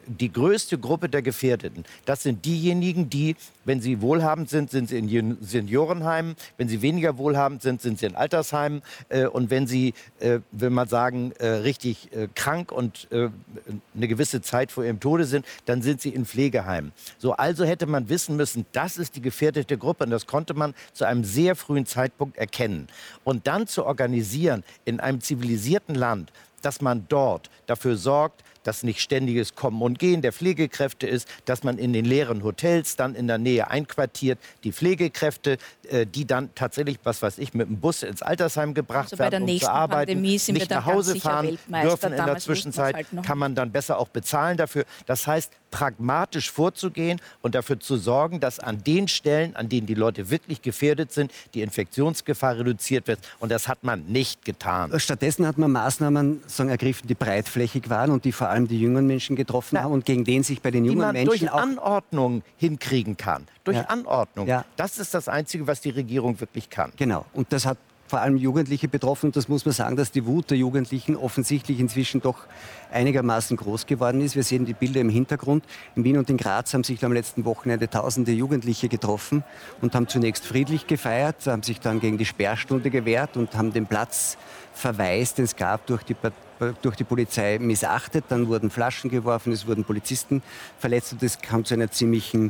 die größte Gruppe der Gefährdeten, das sind diejenigen, die, wenn sie wohlhabend sind, sind sie in Seniorenheimen, wenn sie weniger wohlhabend sind, sind sie in Altersheimen äh, und wenn sie, äh, will man sagen, äh, richtig äh, krank und äh, eine gewisse Zeit vor ihrem Tode sind, dann sind sie in Pflegeheimen. So, also hätte man wissen müssen, das ist die gefährdete Gruppe und das konnte man zu einem sehr frühen Zeitpunkt erkennen. Und dann zu organisieren in einem zivilisierten Land, dass man dort dafür sorgt, dass nicht ständiges Kommen und Gehen der Pflegekräfte ist, dass man in den leeren Hotels dann in der Nähe einquartiert, die Pflegekräfte, äh, die dann tatsächlich, was weiß ich, mit dem Bus ins Altersheim gebracht also werden, um zu arbeiten, nicht nach Hause fahren dürfen. In der Zwischenzeit halt kann man dann besser auch bezahlen dafür. Das heißt, pragmatisch vorzugehen und dafür zu sorgen, dass an den Stellen, an denen die Leute wirklich gefährdet sind, die Infektionsgefahr reduziert wird. Und das hat man nicht getan. Stattdessen hat man Maßnahmen sagen, ergriffen, die breitflächig waren und die vor allem die jungen Menschen getroffen haben und gegen den sich bei den jungen Menschen durch auch Anordnung hinkriegen kann. Durch ja. Anordnung. Ja. Das ist das Einzige, was die Regierung wirklich kann. Genau. Und das hat vor allem Jugendliche betroffen. Und das muss man sagen, dass die Wut der Jugendlichen offensichtlich inzwischen doch einigermaßen groß geworden ist. Wir sehen die Bilder im Hintergrund. In Wien und in Graz haben sich am letzten Wochenende tausende Jugendliche getroffen und haben zunächst friedlich gefeiert, haben sich dann gegen die Sperrstunde gewehrt und haben den Platzverweis, den es gab, durch die, durch die Polizei missachtet. Dann wurden Flaschen geworfen, es wurden Polizisten verletzt und es kam zu einer ziemlichen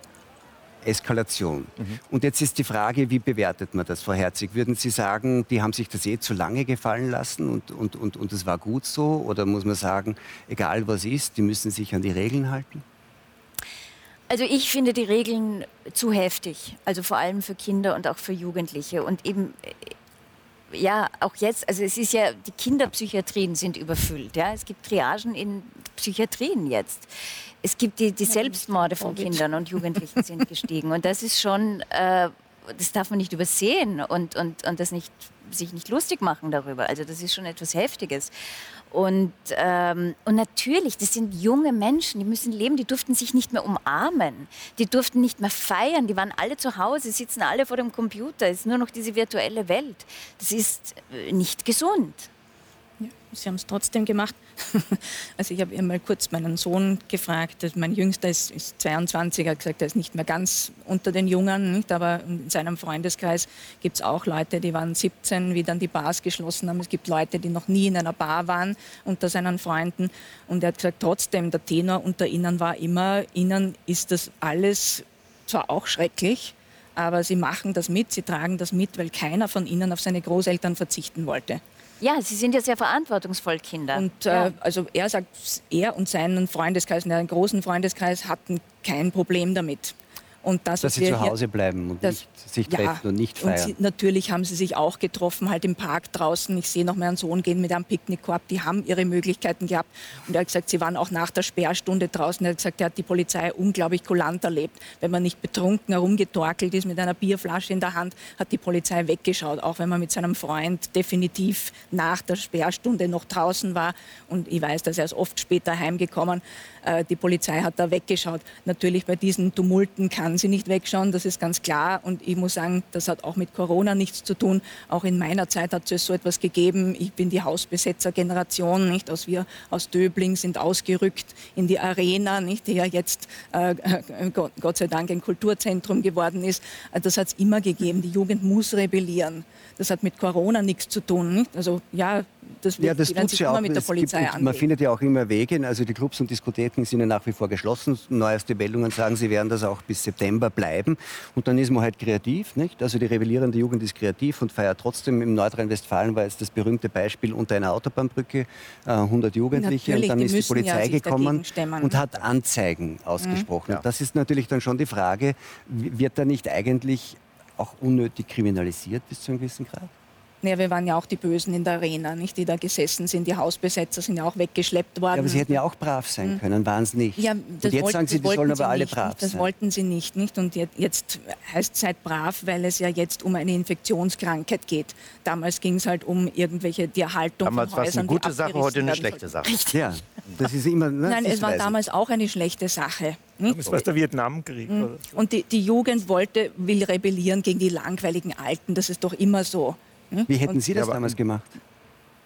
Eskalation. Mhm. Und jetzt ist die Frage, wie bewertet man das, Frau Herzig? Würden Sie sagen, die haben sich das eh zu lange gefallen lassen und, und, und, und es war gut so? Oder muss man sagen, egal was ist, die müssen sich an die Regeln halten? Also ich finde die Regeln zu heftig, also vor allem für Kinder und auch für Jugendliche. Und eben, ja, auch jetzt, also es ist ja, die Kinderpsychiatrien sind überfüllt. Ja? Es gibt Triagen in Psychiatrien jetzt. Es gibt die, die Selbstmorde von Kindern und Jugendlichen sind gestiegen. Und das ist schon, äh, das darf man nicht übersehen und, und, und das nicht, sich nicht lustig machen darüber. Also das ist schon etwas Heftiges. Und, ähm, und natürlich, das sind junge Menschen, die müssen leben, die durften sich nicht mehr umarmen, die durften nicht mehr feiern, die waren alle zu Hause, sitzen alle vor dem Computer, es ist nur noch diese virtuelle Welt. Das ist nicht gesund. Ja, sie haben es trotzdem gemacht. Also ich habe mal kurz meinen Sohn gefragt, mein Jüngster ist, ist zweiundzwanzig, er hat gesagt, er ist nicht mehr ganz unter den Jungen, nicht? Aber in seinem Freundeskreis gibt es auch Leute, die waren siebzehn, wie dann die Bars geschlossen haben. Es gibt Leute, die noch nie in einer Bar waren unter seinen Freunden. Und er hat gesagt, trotzdem, der Tenor unter ihnen war immer, ihnen ist das alles zwar auch schrecklich, aber sie machen das mit, sie tragen das mit, weil keiner von ihnen auf seine Großeltern verzichten wollte. Ja, sie sind ja sehr verantwortungsvoll, Kinder. Und äh, ja. also er sagt, er und seinen Freundeskreis, einen großen Freundeskreis, hatten kein Problem damit. Und das, dass sie zu Hause bleiben und das, nicht sich treffen ja, und nicht feiern. Und sie, natürlich haben sie sich auch getroffen, halt im Park draußen. Ich sehe noch meinen Sohn gehen mit einem Picknickkorb. Die haben ihre Möglichkeiten gehabt. Und er hat gesagt, sie waren auch nach der Sperrstunde draußen. Er hat gesagt, er hat die Polizei unglaublich kulant erlebt. Wenn man nicht betrunken herumgetorkelt ist mit einer Bierflasche in der Hand, hat die Polizei weggeschaut. Auch wenn man mit seinem Freund definitiv nach der Sperrstunde noch draußen war. Und ich weiß, dass er ist oft später heimgekommen. Die Polizei hat da weggeschaut. Natürlich bei diesen Tumulten kann sie nicht wegschauen, das ist ganz klar. Und ich muss sagen, das hat auch mit Corona nichts zu tun. Auch in meiner Zeit hat es so etwas gegeben. Ich bin die Hausbesetzer-Generation, nicht? Aus wir aus Döbling sind ausgerückt in die Arena, nicht? Die ja jetzt äh, Gott, Gott sei Dank ein Kulturzentrum geworden ist. Das hat es immer gegeben. Die Jugend muss rebellieren. Das hat mit Corona nichts zu tun, nicht? Also ja, das wird ja, das die werden sich immer auch mit der Polizei gibt, anlegen. Man findet ja auch immer Wege. Also die Clubs und Diskotheken sind ja nach wie vor geschlossen. Neueste Meldungen sagen, sie werden das auch bis September bleiben. Und dann ist man halt kreativ, nicht? Also die rebellierende Jugend ist kreativ und feiert trotzdem. Im Nordrhein-Westfalen war jetzt das berühmte Beispiel unter einer Autobahnbrücke, äh, hundert Jugendliche. Natürlich, und dann ist die Polizei ja gekommen und hat Anzeigen ausgesprochen. Mhm. Ja. Das ist natürlich dann schon die Frage, wird da nicht eigentlich auch unnötig kriminalisiert bis zu einem gewissen Grad? Ja, wir waren ja auch die Bösen in der Arena, nicht, die da gesessen sind. Die Hausbesetzer sind ja auch weggeschleppt worden. Ja, aber sie hätten ja auch brav sein können, waren es nicht. Ja, das und jetzt wollten, sagen Sie, die sollen aber alle nicht, brav das sein. Das wollten sie nicht, nicht. Und jetzt heißt es halt brav, weil es ja jetzt um eine Infektionskrankheit geht. Damals ging es halt um irgendwelche, die Erhaltung damals von Häusern. Damals war es eine gute Sache, heute eine schlechte Sache. Ja, das ist immer... Ne, Nein, es war weise. damals auch eine schlechte Sache. Das war der Vietnamkrieg. Mhm. Oder so. Und die, die Jugend wollte, will rebellieren gegen die langweiligen Alten. Das ist doch immer so. Wie hätten Sie das damals gemacht?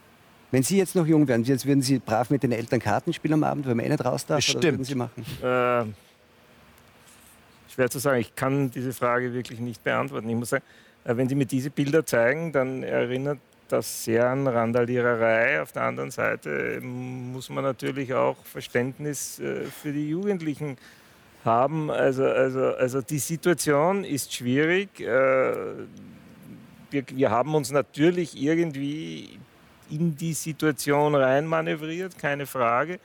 Wenn Sie jetzt noch jung wären, jetzt würden Sie brav mit den Eltern Karten spielen am Abend, weil man eh nicht raus darf? Bestimmt. Oder würden Sie machen? Äh, schwer zu sagen. Ich kann diese Frage wirklich nicht beantworten. Ich muss sagen, wenn Sie mir diese Bilder zeigen, dann erinnert das sehr an Randaliererei. Auf der anderen Seite muss man natürlich auch Verständnis äh, für die Jugendlichen haben. Also, also, also die Situation ist schwierig. Äh, wir, wir haben uns natürlich irgendwie in die Situation reinmanövriert, keine Frage.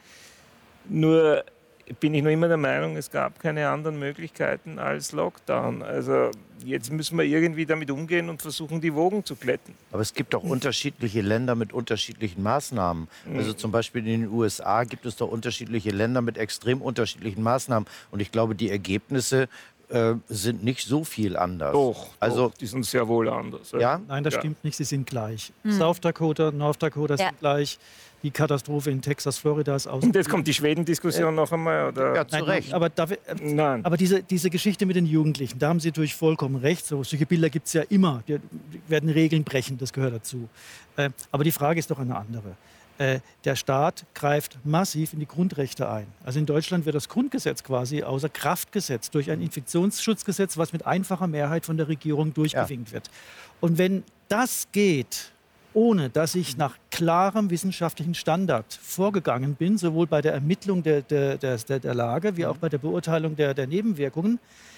Nur bin ich noch immer der Meinung, es gab keine anderen Möglichkeiten als Lockdown. Also jetzt müssen wir irgendwie damit umgehen und versuchen, die Wogen zu glätten. Aber es gibt auch unterschiedliche Länder mit unterschiedlichen Maßnahmen. Also zum Beispiel in den U S A gibt es doch unterschiedliche Länder mit extrem unterschiedlichen Maßnahmen. Und ich glaube, die Ergebnisse äh, sind nicht so viel anders. Doch, also, doch, die sind sehr wohl anders. Ja? Nein, das ja. stimmt nicht, sie sind gleich. Mhm. South Dakota, North Dakota Ja. sind gleich. Die Katastrophe in Texas, Florida ist aus. Und jetzt kommt die Schweden-Diskussion äh, noch einmal? Oder? Ja, zu Nein, Recht. Aber, da, äh, Nein. aber diese, diese Geschichte mit den Jugendlichen, da haben Sie natürlich vollkommen recht. So, solche Bilder gibt es ja immer. Die, die werden Regeln brechen, das gehört dazu. Äh, aber die Frage ist doch eine andere. Äh, der Staat greift massiv in die Grundrechte ein. Also in Deutschland wird das Grundgesetz quasi außer Kraft gesetzt durch ein Infektionsschutzgesetz, was mit einfacher Mehrheit von der Regierung durchgewinkt ja. wird. Und wenn das geht, ohne dass ich nach klarem wissenschaftlichen Standard vorgegangen bin, sowohl bei der Ermittlung der, der, der, der Lage wie auch bei der Beurteilung der, der Nebenwirkungen,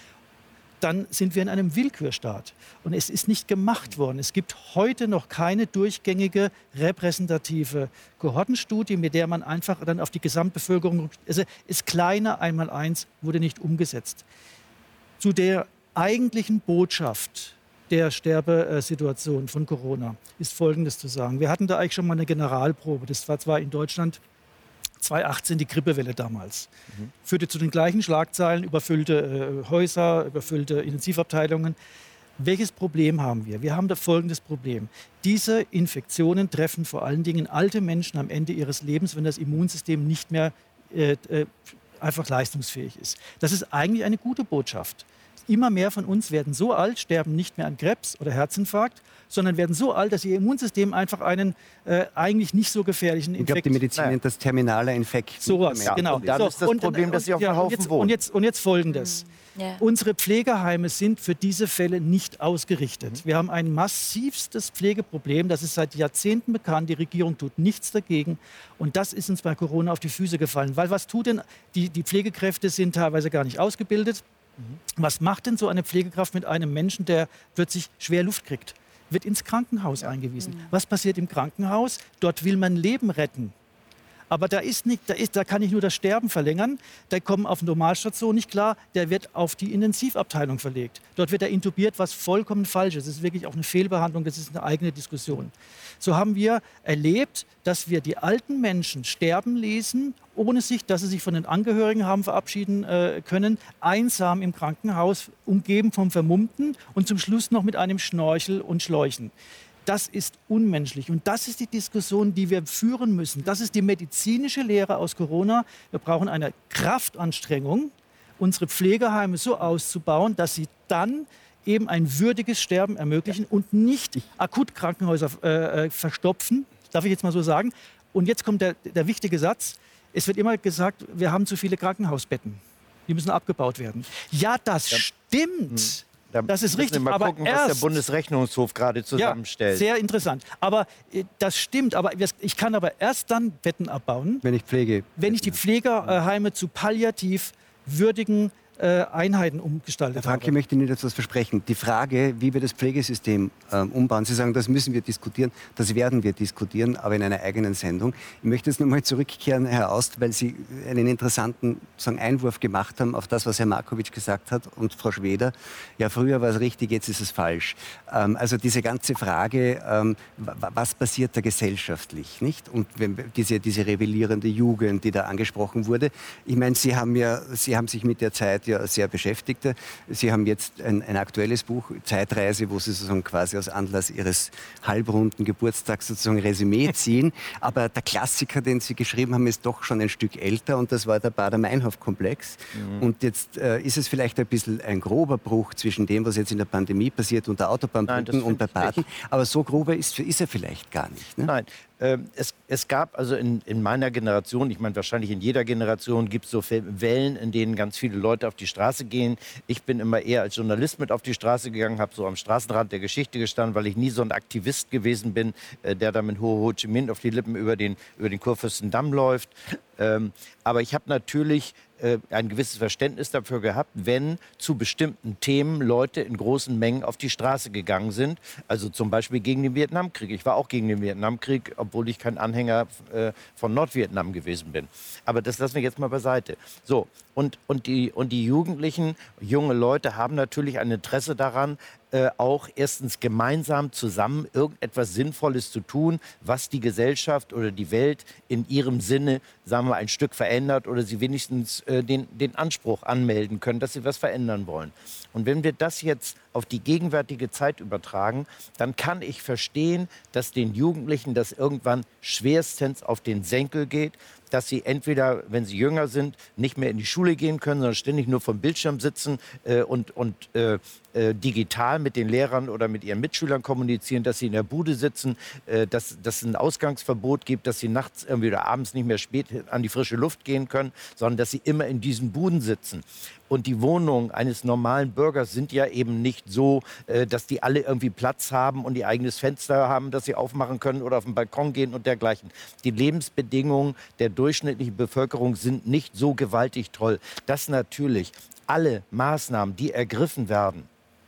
dann sind wir in einem Willkürstaat. Und es ist nicht gemacht worden. Es gibt heute noch keine durchgängige repräsentative Kohortenstudie, mit der man einfach dann auf die Gesamtbevölkerung, also ist kleiner einmal eins, wurde nicht umgesetzt. Zu der eigentlichen Botschaft der Sterbesituation von Corona ist Folgendes zu sagen. Wir hatten da eigentlich schon mal eine Generalprobe. Das war zwar in Deutschland zweitausendachtzehn die Grippewelle damals. Mhm. Führte zu den gleichen Schlagzeilen, überfüllte äh, Häuser, überfüllte Intensivabteilungen. Welches Problem haben wir? Wir haben da folgendes Problem. Diese Infektionen treffen vor allen Dingen alte Menschen am Ende ihres Lebens, wenn das Immunsystem nicht mehr äh, äh, einfach leistungsfähig ist. Das ist eigentlich eine gute Botschaft. Immer mehr von uns werden so alt, sterben nicht mehr an Krebs oder Herzinfarkt, sondern werden so alt, dass ihr Immunsystem einfach einen äh, eigentlich nicht so gefährlichen Infekt... Ich glaube, die Medizin nennt das terminaler Infekt. So was, ja, genau. Und dann so, ist das und, Problem, und, dass sie auf ja, dem Haufen und jetzt, wohnen. Und jetzt, und jetzt Folgendes. Mhm. Ja. Unsere Pflegeheime sind für diese Fälle nicht ausgerichtet. Mhm. Wir haben ein massivstes Pflegeproblem, das ist seit Jahrzehnten bekannt. Die Regierung tut nichts dagegen. Und das ist uns bei Corona auf die Füße gefallen. Weil was tut denn, die, die Pflegekräfte sind teilweise gar nicht ausgebildet. Was macht denn so eine Pflegekraft mit einem Menschen, der plötzlich schwer Luft kriegt? Wird ins Krankenhaus eingewiesen. Mhm. Was passiert im Krankenhaus? Dort will man Leben retten. Aber da, ist nicht, da, ist, da kann ich nur das Sterben verlängern. Der kommt auf Normalstation nicht klar. Der wird auf die Intensivabteilung verlegt. Dort wird er intubiert, was vollkommen falsch ist. Das ist wirklich auch eine Fehlbehandlung. Das ist eine eigene Diskussion. So haben wir erlebt, dass wir die alten Menschen sterben ließen, ohne sich, dass sie sich von den Angehörigen haben verabschieden äh, können, einsam im Krankenhaus, umgeben vom Vermummten und zum Schluss noch mit einem Schnorchel und Schläuchen. Das ist unmenschlich. Und das ist die Diskussion, die wir führen müssen. Das ist die medizinische Lehre aus Corona. Wir brauchen eine Kraftanstrengung, unsere Pflegeheime so auszubauen, dass sie dann eben ein würdiges Sterben ermöglichen und nicht akut Krankenhäuser äh, verstopfen. Darf ich jetzt mal so sagen? Und jetzt kommt der, der wichtige Satz. Es wird immer gesagt, wir haben zu viele Krankenhausbetten. Die müssen abgebaut werden. Ja, das ja. stimmt. Hm. Da das ist richtig, mal aber gucken, erst, was der Bundesrechnungshof gerade zusammenstellt. Ja, sehr interessant. Aber äh, das stimmt. Aber ich kann aber erst dann Betten abbauen, wenn ich Pflege, wenn ich die Pflegeheime zu palliativ würdigen äh, Einheiten umgestaltet Herr Franke, habe. Ich möchte Ihnen etwas versprechen. Die Frage, wie wir das Pflegesystem ähm, umbauen, Sie sagen, das müssen wir diskutieren, das werden wir diskutieren, aber in einer eigenen Sendung. Ich möchte jetzt nochmal zurückkehren, Herr Aust, weil Sie einen interessanten sagen, Einwurf gemacht haben auf das, was Herr Markovic gesagt hat und Frau Schweder. Ja, früher war es richtig, jetzt ist es falsch. Ähm, also diese ganze Frage, ähm, was passiert da gesellschaftlich, nicht? Und wenn, diese, diese rebellierende Jugend, die da angesprochen wurde. Ich meine, Sie haben ja, Sie haben sich mit der Zeit ja sehr Beschäftigte. Sie haben jetzt ein, ein aktuelles Buch, Zeitreise, wo Sie sozusagen quasi aus Anlass Ihres halbrunden Geburtstags sozusagen Resümee ziehen. Aber der Klassiker, den Sie geschrieben haben, ist doch schon ein Stück älter und das war der Baader-Meinhof-Komplex. Mhm. Und jetzt äh, ist es vielleicht ein bisschen ein grober Bruch zwischen dem, was jetzt in der Pandemie passiert unter Autobahnbrücken und bei Baden. Aber so grober ist, ist er vielleicht gar nicht. Ne? Nein, Ähm, es, es gab also in, in meiner Generation, ich meine wahrscheinlich in jeder Generation gibt es so Wellen, in denen ganz viele Leute auf die Straße gehen. Ich bin immer eher als Journalist mit auf die Straße gegangen, habe so am Straßenrand der Geschichte gestanden, weil ich nie so ein Aktivist gewesen bin, äh, der da mit Ho Ho Chi Minh auf die Lippen über den, über den Kurfürstendamm läuft. Ähm, aber ich habe natürlich äh, ein gewisses Verständnis dafür gehabt, wenn zu bestimmten Themen Leute in großen Mengen auf die Straße gegangen sind. Also zum Beispiel gegen den Vietnamkrieg. Ich war auch gegen den Vietnamkrieg, obwohl ich kein Anhänger äh, von Nordvietnam gewesen bin. Aber das lassen wir jetzt mal beiseite. So, und, und, die, und die Jugendlichen, junge Leute haben natürlich ein Interesse daran, äh, auch erstens gemeinsam zusammen irgendetwas Sinnvolles zu tun, was die Gesellschaft oder die Welt in ihrem Sinne, sagen wir, ein Stück verändert oder sie wenigstens äh, den, den Anspruch anmelden können, dass sie was verändern wollen. Und wenn wir das jetzt auf die gegenwärtige Zeit übertragen, dann kann ich verstehen, dass den Jugendlichen das irgendwann schwerstens auf den Senkel geht, dass sie entweder, wenn sie jünger sind, nicht mehr in die Schule gehen können, sondern ständig nur vom Bildschirm sitzen äh, und, und äh, äh, digital mit den Lehrern oder mit ihren Mitschülern kommunizieren, dass sie in der Bude sitzen, äh, dass, dass es ein Ausgangsverbot gibt, dass sie nachts irgendwie oder abends nicht mehr spät an die frische Luft gehen können, sondern dass sie immer in diesen Buden sitzen. Und die Wohnungen eines normalen Bürgers sind ja eben nicht so, äh, dass die alle irgendwie Platz haben und ihr eigenes Fenster haben, das sie aufmachen können oder auf den Balkon gehen und dergleichen. Die Lebensbedingungen der durchschnittlichen Bevölkerung sind nicht so gewaltig toll, dass natürlich alle Maßnahmen, die ergriffen werden,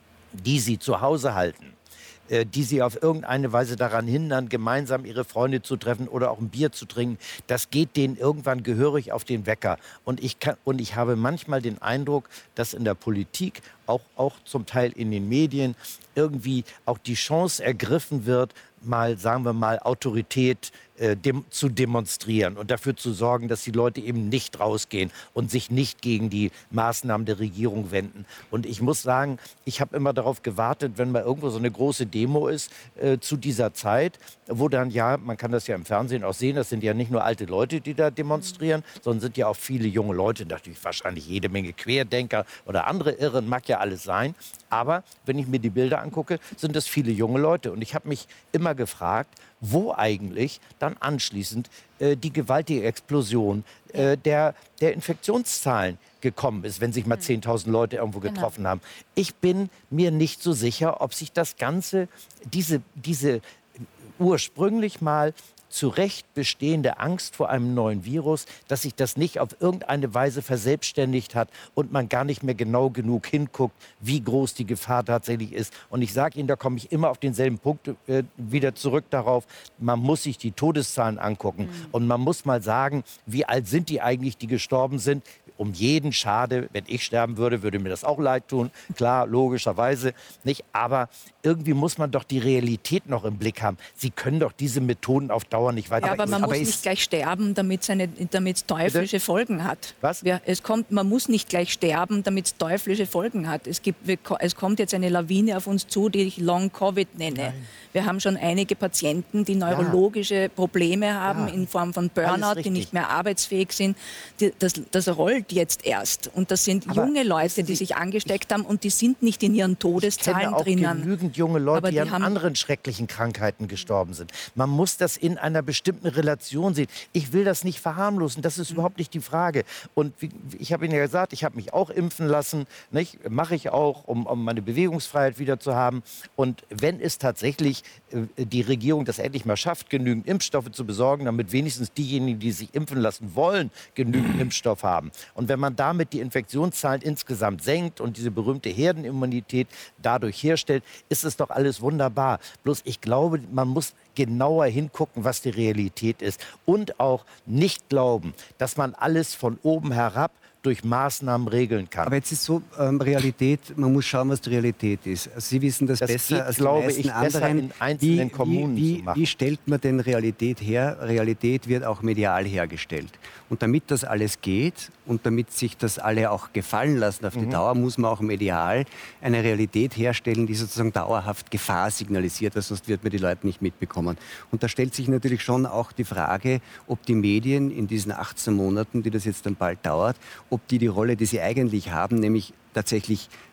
die sie zu Hause halten, die sie auf irgendeine Weise daran hindern, gemeinsam ihre Freunde zu treffen oder auch ein Bier zu trinken, das geht denen irgendwann gehörig auf den Wecker. Und ich, kann, und ich habe manchmal den Eindruck, dass in der Politik, auch, auch zum Teil in den Medien, irgendwie auch die Chance ergriffen wird, mal, sagen wir mal, Autorität äh, dem, zu demonstrieren und dafür zu sorgen, dass die Leute eben nicht rausgehen und sich nicht gegen die Maßnahmen der Regierung wenden. Und ich muss sagen, ich habe immer darauf gewartet, wenn mal irgendwo so eine große Demo ist äh, zu dieser Zeit, wo dann, ja, man kann das ja im Fernsehen auch sehen, das sind ja nicht nur alte Leute, die da demonstrieren, sondern sind ja auch viele junge Leute, natürlich wahrscheinlich jede Menge Querdenker oder andere Irren, mag ja alles sein. Aber wenn ich mir die Bilder angucke, sind das viele junge Leute. Und ich habe mich immer gefragt, wo eigentlich dann anschließend äh, die gewaltige Explosion äh, der, der Infektionszahlen gekommen ist, wenn sich mal zehntausend Leute irgendwo getroffen genau. haben. Ich bin mir nicht so sicher, ob sich das Ganze, diese, diese ursprünglich mal zu Recht bestehende Angst vor einem neuen Virus, dass sich das nicht auf irgendeine Weise verselbstständigt hat und man gar nicht mehr genau genug hinguckt, wie groß die Gefahr tatsächlich ist. Und ich sage Ihnen, da komme ich immer auf denselben Punkt äh, wieder zurück darauf, man muss sich die Todeszahlen angucken. Mhm. Und man muss mal sagen, wie alt sind die eigentlich, die gestorben sind. Um jeden schade, wenn ich sterben würde, würde mir das auch leid tun. Klar, logischerweise nicht. Aber irgendwie muss man doch die Realität noch im Blick haben. Sie können doch diese Methoden auf Dauer nicht weiter. Ja, aber man aber muss nicht gleich sterben, damit es teuflische Bitte? Folgen hat. Was? Ja, es kommt, man muss nicht gleich sterben, damit es teuflische Folgen hat. Es, gibt, es kommt jetzt eine Lawine auf uns zu, die ich Long-Covid nenne. Nein. Wir haben schon einige Patienten, die neurologische ja. Probleme haben ja. in Form von Burnout, die nicht mehr arbeitsfähig sind. Das, das rollt jetzt erst. Und das sind aber junge Leute, die sich angesteckt haben und die sind nicht in ihren Todeszahlen ich kenne auch drinnen. Genügend junge Leute, aber die, die an anderen schrecklichen Krankheiten gestorben sind. Man muss das in einer bestimmten Relation sehen. Ich will das nicht verharmlosen, das ist mhm. überhaupt nicht die Frage. Und wie, ich habe Ihnen ja gesagt, ich habe mich auch impfen lassen, nicht? Mache ich auch, um, um meine Bewegungsfreiheit wieder zu haben. Und wenn es tatsächlich äh, die Regierung das endlich mal schafft, genügend Impfstoffe zu besorgen, damit wenigstens diejenigen, die sich impfen lassen wollen, genügend Impfstoff haben. Und wenn man damit die Infektionszahlen insgesamt senkt und diese berühmte Herdenimmunität dadurch herstellt, ist es doch alles wunderbar. Bloß ich glaube, man muss genauer hingucken, was die Realität ist. Und auch nicht glauben, dass man alles von oben herab durch Maßnahmen regeln kann. Aber jetzt ist so, ähm, Realität, man muss schauen, was die Realität ist. Also Sie wissen das, das besser geht, als die glaube meisten ich, anderen. In einzelnen wie, Kommunen wie, zu machen. Wie stellt man denn Realität her? Realität wird auch medial hergestellt. Und damit das alles geht und damit sich das alle auch gefallen lassen auf die mhm. Dauer, muss man auch medial eine Realität herstellen, die sozusagen dauerhaft Gefahr signalisiert, weil sonst wird man die Leute nicht mitbekommen. Und da stellt sich natürlich schon auch die Frage, ob die Medien in diesen achtzehn Monaten, die das jetzt dann bald dauert, ob die die Rolle, die sie eigentlich haben, nämlich tatsächlich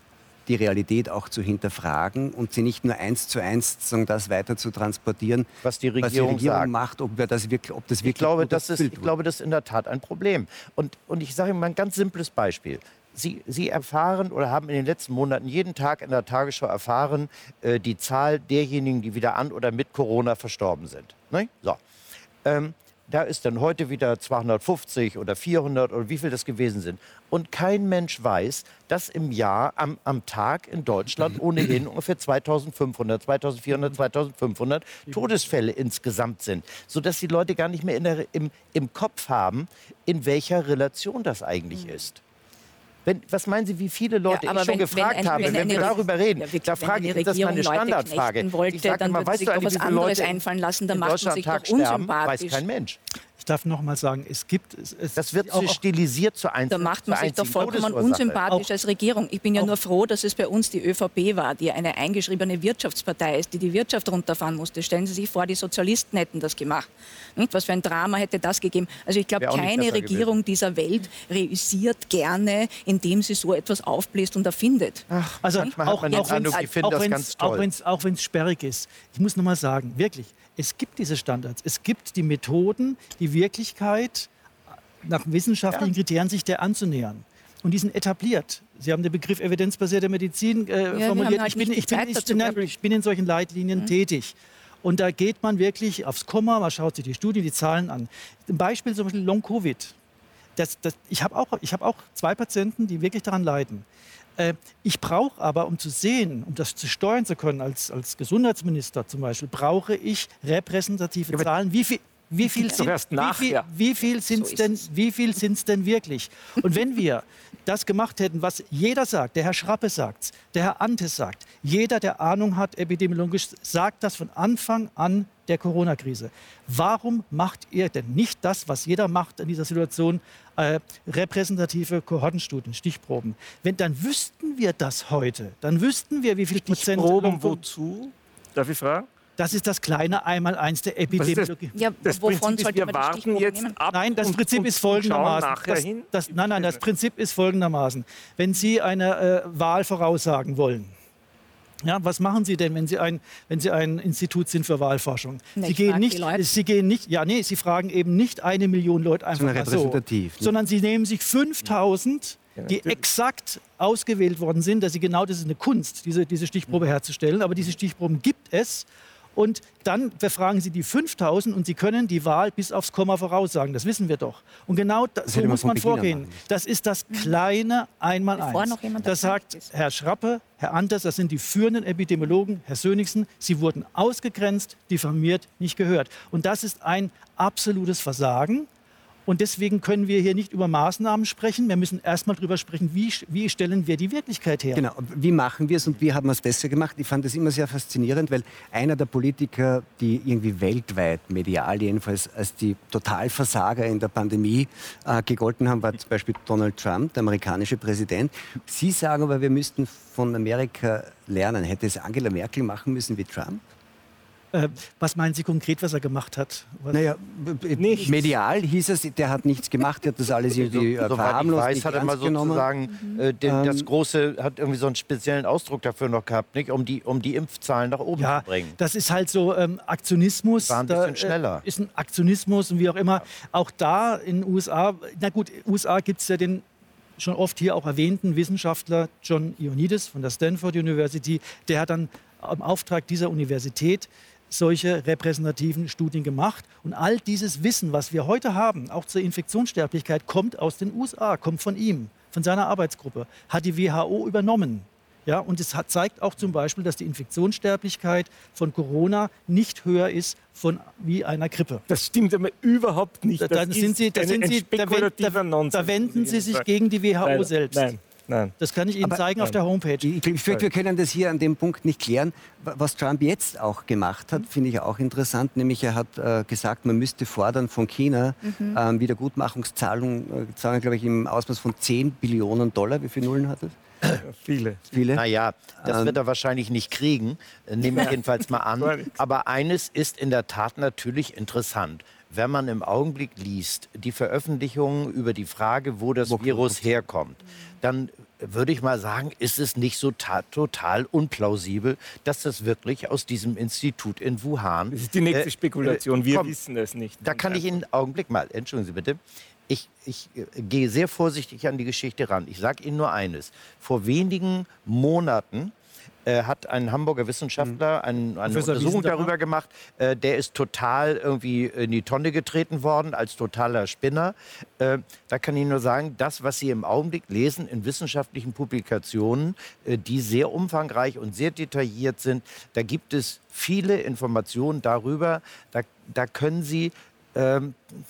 die Realität auch zu hinterfragen und sie nicht nur eins zu eins sozusagen das weiter zu transportieren, was die Regierung, was die Regierung sagt. macht, ob, wir das wirklich, ob das wirklich ich glaube, das ist, Ich glaube, das ist in der Tat ein Problem. Und, und ich sage Ihnen mal ein ganz simples Beispiel. Sie, Sie erfahren oder haben in den letzten Monaten jeden Tag in der Tagesschau erfahren, äh, die Zahl derjenigen, die wieder an oder mit Corona verstorben sind. Ne? So. Ähm, da ist dann heute wieder zweihundertfünfzig oder vierhundert oder wie viel das gewesen sind. Und kein Mensch weiß, dass im Jahr, am, am Tag in Deutschland ohnehin ungefähr zweitausendfünfhundert, zweitausendvierhundert, zweitausendfünfhundert Todesfälle insgesamt sind. Sodass die Leute gar nicht mehr in der, im, im Kopf haben, in welcher Relation das eigentlich ist. Wenn, was meinen Sie, wie viele Leute ja, ich schon wenn, gefragt wenn ein, habe, wenn, wenn wir darüber reden? Ja, da frage ich, das ist meine Standardfrage. Wollte, ich sage dann immer, weißt du eigentlich, wie viele Leute einfallen lassen, dann macht man sich doch unsympathisch. Weiß kein Mensch. Ich darf noch mal sagen, es gibt... Es, es das wird so stilisiert zu einzelnen. Da macht man sich doch vollkommen unsympathisch als Regierung. Ich bin ja nur froh, dass es bei uns die ÖVP war, die eine eingeschriebene Wirtschaftspartei ist, die die Wirtschaft runterfahren musste. Stellen Sie sich vor, die Sozialisten hätten das gemacht. Nicht? Was für ein Drama hätte das gegeben? Also ich glaube, keine Regierung gewesen. dieser Welt reüssiert gerne, indem sie so etwas aufbläst und erfindet. Ach, also auch, auch wenn es sperrig ist. Ich muss noch mal sagen, wirklich, es gibt diese Standards. Es gibt die Methoden, die Wirklichkeit nach wissenschaftlichen ja. Kriterien sich der anzunähern. Und die sind etabliert. Sie haben den Begriff evidenzbasierte Medizin äh, ja, formuliert. Halt ich, bin, ich, bin, ich, bin, ich bin in solchen Leitlinien mhm. tätig. Und da geht man wirklich aufs Komma, man schaut sich die Studien, die Zahlen an. Ein Beispiel zum Beispiel Long-Covid. Das, das, ich habe auch, ich hab auch zwei Patienten, die wirklich daran leiden. Äh, ich brauche aber, um zu sehen, um das zu steuern zu können, als, als Gesundheitsminister zum Beispiel, brauche ich repräsentative ja, Zahlen. Wie viel, wie viel sind es wie wie viel sind's so denn, wie viel sind's denn wirklich? Und wenn wir das gemacht hätten, was jeder sagt, der Herr Schrappe sagt, der Herr Antes sagt, jeder, der Ahnung hat, epidemiologisch, sagt das von Anfang an der Corona-Krise. Warum macht ihr denn nicht das, was jeder macht in dieser Situation, äh, repräsentative Kohortenstudien, Stichproben? Wenn, dann wüssten wir das heute. Dann wüssten wir, wie viel Prozent... Stichproben wozu? Darf ich fragen? Das ist das kleine Einmaleins der Epidemiologie. Das, ja, das wovon Prinzip ist, wir warten jetzt nehmen? ab Nein, das Prinzip und, ist folgendermaßen. Das, das, nein, nein, das Prinzip ist folgendermaßen. Wenn Sie eine äh, Wahl voraussagen wollen, ja, was machen Sie denn, wenn Sie ein, wenn Sie ein Institut sind für Wahlforschung? Nee, Sie, gehen nicht, Sie gehen nicht, ja, nee, Sie fragen eben nicht eine Million Leute einfach mal so, sondern Sie nehmen sich fünftausend, die ja, exakt ausgewählt worden sind, dass sie genau, das ist eine Kunst, diese, diese Stichprobe herzustellen, aber diese Stichproben gibt es. Und dann befragen Sie die fünftausend und Sie können die Wahl bis aufs Komma voraussagen. Das wissen wir doch. Und genau da, so muss man vorgehen. Das ist das kleine Einmaleins. Das sagt Herr Schrappe, Herr Antes, das sind die führenden Epidemiologen, Herr Sönnigsen. Sie wurden ausgegrenzt, diffamiert, nicht gehört. Und das ist ein absolutes Versagen. Und deswegen können wir hier nicht über Maßnahmen sprechen. Wir müssen erst mal darüber sprechen, wie, wie stellen wir die Wirklichkeit her. Genau, wie machen wir es und wie haben wir es besser gemacht? Ich fand das immer sehr faszinierend, weil einer der Politiker, die irgendwie weltweit, medial jedenfalls, als die Totalversager in der Pandemie äh, gegolten haben, war zum Beispiel Donald Trump, der amerikanische Präsident. Sie sagen aber, wir müssten von Amerika lernen. Hätte es Angela Merkel machen müssen wie Trump? Was meinen Sie konkret, was er gemacht hat? Was? Naja, nichts. Medial hieß es, der hat nichts gemacht, der hat das alles irgendwie so, verharmlost. Ich weiß, hat er mal sozusagen mhm. äh, den, ähm, das Große, hat irgendwie so einen speziellen Ausdruck dafür noch gehabt, nicht? Um, die, um die Impfzahlen nach oben ja, zu bringen. Das ist halt so ähm, Aktionismus. War ein bisschen da, schneller. Ist ein Aktionismus und wie auch immer. Ja. Auch da in den U S A, na gut, in den U S A gibt es ja den schon oft hier auch erwähnten Wissenschaftler John Ioannidis von der Stanford University. Der hat dann im Auftrag dieser Universität solche repräsentativen Studien gemacht. Und all dieses Wissen, was wir heute haben, auch zur Infektionssterblichkeit, kommt aus den U S A, kommt von ihm, von seiner Arbeitsgruppe, hat die W H O übernommen. Ja, und es hat, zeigt auch zum Beispiel, dass die Infektionssterblichkeit von Corona nicht höher ist von, wie einer Grippe. Das stimmt aber überhaupt nicht. Da, da, sind Sie, da, sind Sie, da, da, da wenden Sie sich gegen die W H O nein, selbst. Nein. Nein. Das kann ich Ihnen aber zeigen nein. auf der Homepage. Ich, ich finde, wir können das hier an dem Punkt nicht klären. Was Trump jetzt auch gemacht hat, finde ich auch interessant. Nämlich er hat äh, gesagt, man müsste fordern von China mhm. ähm, Wiedergutmachungszahlungen, äh, glaube ich, im Ausmaß von zehn Billionen Dollar. Wie viele Nullen hat das? Viele. Viele? Naja, das ähm. wird er wahrscheinlich nicht kriegen, nehme ich jedenfalls mal an. Aber eines ist in der Tat natürlich interessant. wenn man im Augenblick liest, die Veröffentlichungen über die Frage, wo das wo Virus herkommt, dann würde ich mal sagen, ist es nicht so total unplausibel, dass das wirklich aus diesem Institut in Wuhan... Das ist die nächste äh, Spekulation, wir komm, wissen es nicht. Da kann ich Ihnen einen Augenblick mal, entschuldigen Sie bitte, ich, ich äh, gehe sehr vorsichtig an die Geschichte ran. Ich sage Ihnen nur eines, vor wenigen Monaten äh, hat ein Hamburger Wissenschaftler ein, eine Untersuchung darüber gemacht. Äh, der ist total irgendwie in die Tonne getreten worden als totaler Spinner. Äh, da kann ich nur sagen, das, was Sie im Augenblick lesen in wissenschaftlichen Publikationen, äh, die sehr umfangreich und sehr detailliert sind, da gibt es viele Informationen darüber. Da, da können Sie Ähm,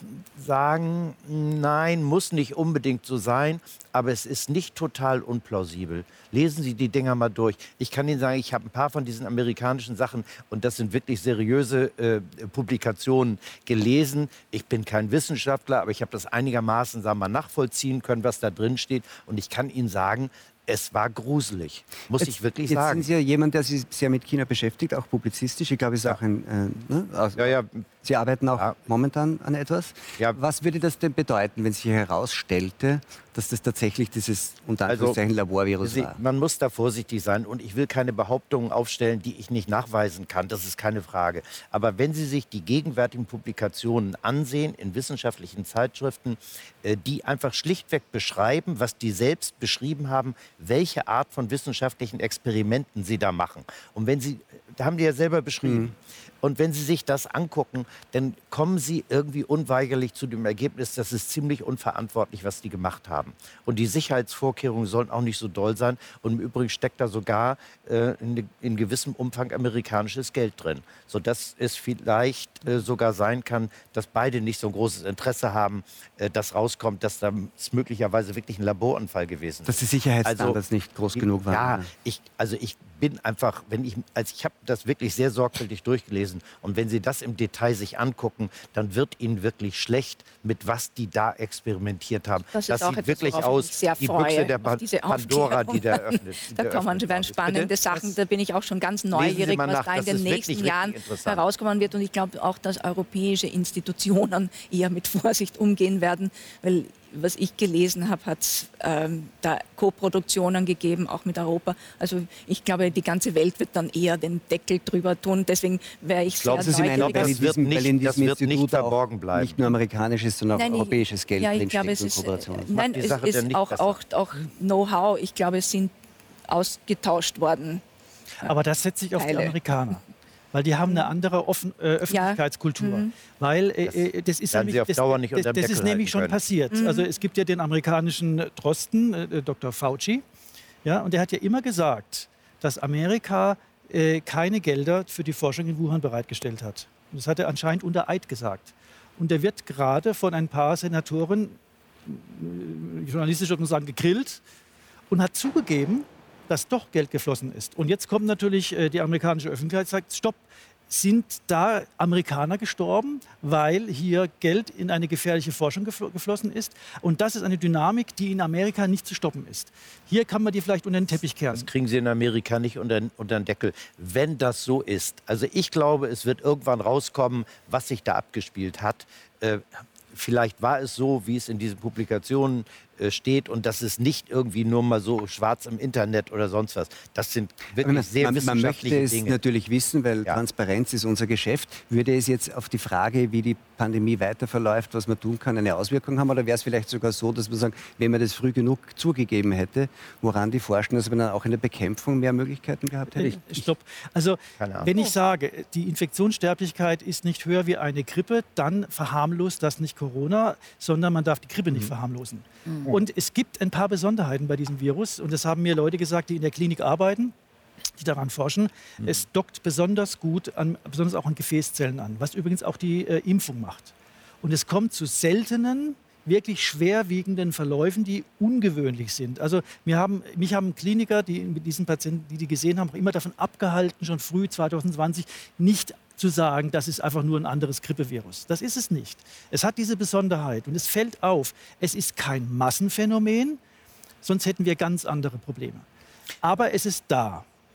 sagen, nein, muss nicht unbedingt so sein, aber es ist nicht total unplausibel. Lesen Sie die Dinger mal durch. Ich kann Ihnen sagen, ich habe ein paar von diesen amerikanischen Sachen, und das sind wirklich seriöse äh, Publikationen, gelesen. Ich bin kein Wissenschaftler, aber ich habe das einigermaßen, sagen wir mal, nachvollziehen können, was da drin steht. Und ich kann Ihnen sagen, es war gruselig, muss jetzt, ich wirklich jetzt sagen. Jetzt sind Sie ja jemand, der sich sehr mit China beschäftigt, auch publizistisch. Ich glaube, es ist ja auch ein... Äh, ne? also, ja, ja. Sie arbeiten auch ja. momentan an etwas. Ja. Was würde das denn bedeuten, wenn sich herausstellte, dass das tatsächlich dieses unter Anführungszeichen also, Laborvirus Sie, war? Man muss da vorsichtig sein, und ich will keine Behauptungen aufstellen, die ich nicht nachweisen kann. Das ist keine Frage. Aber wenn Sie sich die gegenwärtigen Publikationen ansehen in wissenschaftlichen Zeitschriften, äh, die einfach schlichtweg beschreiben, was die selbst beschrieben haben, welche Art von wissenschaftlichen Experimenten sie da machen. Und wenn Sie, da haben die ja selber beschrieben. Mhm. Und wenn Sie sich das angucken, dann kommen Sie irgendwie unweigerlich zu dem Ergebnis, das ist ziemlich unverantwortlich, was die gemacht haben. Und die Sicherheitsvorkehrungen sollen auch nicht so doll sein. Und im Übrigen steckt da sogar äh, in, in gewissem Umfang amerikanisches Geld drin. Sodass es vielleicht äh, sogar sein kann, dass beide nicht so ein großes Interesse haben, äh, dass rauskommt, dass das möglicherweise wirklich ein Laborunfall gewesen ist. Dass die Sicherheitsstandards also, nicht groß genug waren. Ja, ich, also ich bin einfach, wenn ich, also ich habe das wirklich sehr sorgfältig durchgelesen, und wenn Sie das im Detail sich angucken, dann wird Ihnen wirklich schlecht, mit was die da experimentiert haben. Das, das sieht etwas, wirklich aus die Büchse der pa Pandora, die da öffnet. Die da da kommen schon spannende Bitte? Sachen, da bin ich auch schon ganz neugierig, was nach. da in den nächsten wirklich, Jahren wirklich herauskommen wird. Und ich glaube auch, dass europäische Institutionen eher mit Vorsicht umgehen werden, weil was ich gelesen habe, hat es ähm, da Koproduktionen gegeben, auch mit Europa. Also ich glaube, die ganze Welt wird dann eher den Deckel drüber tun. Deswegen wäre ich sehr neugierig. Meinen, das in wird diesem, nicht, in diesem das wird nicht verborgen bleiben. Nicht nur amerikanisches, sondern nein, auch europäisches Geld ja, ich drinsteckt glaube, es in ist, Kooperation. Nein, es ist auch, auch, auch Know-how. Ich glaube, es sind ausgetauscht worden. Aber das setze ich auf Teile. Die Amerikaner. Weil die haben eine andere Offen, äh, Öffentlichkeitskultur. Ja. Mhm. Weil äh, das ist nämlich, das, das, das ist nämlich schon passiert. Mhm. Also es gibt ja den amerikanischen Drosten, äh, Doktor Fauci, ja, und der hat ja immer gesagt, dass Amerika äh, keine Gelder für die Forschung in Wuhan bereitgestellt hat. Und das hat er anscheinend unter Eid gesagt. Und der wird gerade von ein paar Senatoren, äh, journalistisch würde man sagen, gegrillt, und hat zugegeben, dass doch Geld geflossen ist. Und jetzt kommt natürlich äh, die amerikanische Öffentlichkeit und sagt, stopp, sind da Amerikaner gestorben, weil hier Geld in eine gefährliche Forschung gefl geflossen ist? Und das ist eine Dynamik, die in Amerika nicht zu stoppen ist. Hier kann man die vielleicht unter den Teppich kehren. Das kriegen Sie in Amerika nicht unter, unter den Deckel, wenn das so ist. Also ich glaube, es wird irgendwann rauskommen, was sich da abgespielt hat. Äh, Vielleicht war es so, wie es in diesen Publikationen äh, steht, und das ist nicht irgendwie nur mal so schwarz im Internet oder sonst was. Das sind wirklich man, sehr man, wissenschaftliche Dinge. Man möchte Dinge. es natürlich wissen, weil ja. Transparenz ist unser Geschäft. Würde es jetzt auf die Frage, wie die Pandemie weiter verläuft, was man tun kann, eine Auswirkung haben? Oder wäre es vielleicht sogar so, dass man sagt, wenn man das früh genug zugegeben hätte, woran die forschen, dass man dann auch in der Bekämpfung mehr Möglichkeiten gehabt hätte? Ich, Stopp. Also wenn ich sage, die Infektionssterblichkeit ist nicht höher wie eine Grippe, dann verharmlost das nicht Corona, sondern man darf die Grippe nicht mhm. verharmlosen. Mhm. Und es gibt ein paar Besonderheiten bei diesem Virus, und das haben mir Leute gesagt, die in der Klinik arbeiten, die daran forschen. Mhm. Es dockt besonders gut, an, besonders auch an Gefäßzellen an, was übrigens auch die äh, Impfung macht. Und es kommt zu seltenen, wirklich schwerwiegenden Verläufen, die ungewöhnlich sind. Also wir haben, mich haben Kliniker, die mit diesen Patienten, die die gesehen haben, auch immer davon abgehalten, schon früh zwanzig zwanzig nicht zu sagen, das ist einfach nur ein anderes Grippevirus. Das ist es nicht. Es hat diese Besonderheit, und es fällt auf, es ist kein Massenphänomen, sonst hätten wir ganz andere Probleme. Aber es ist da.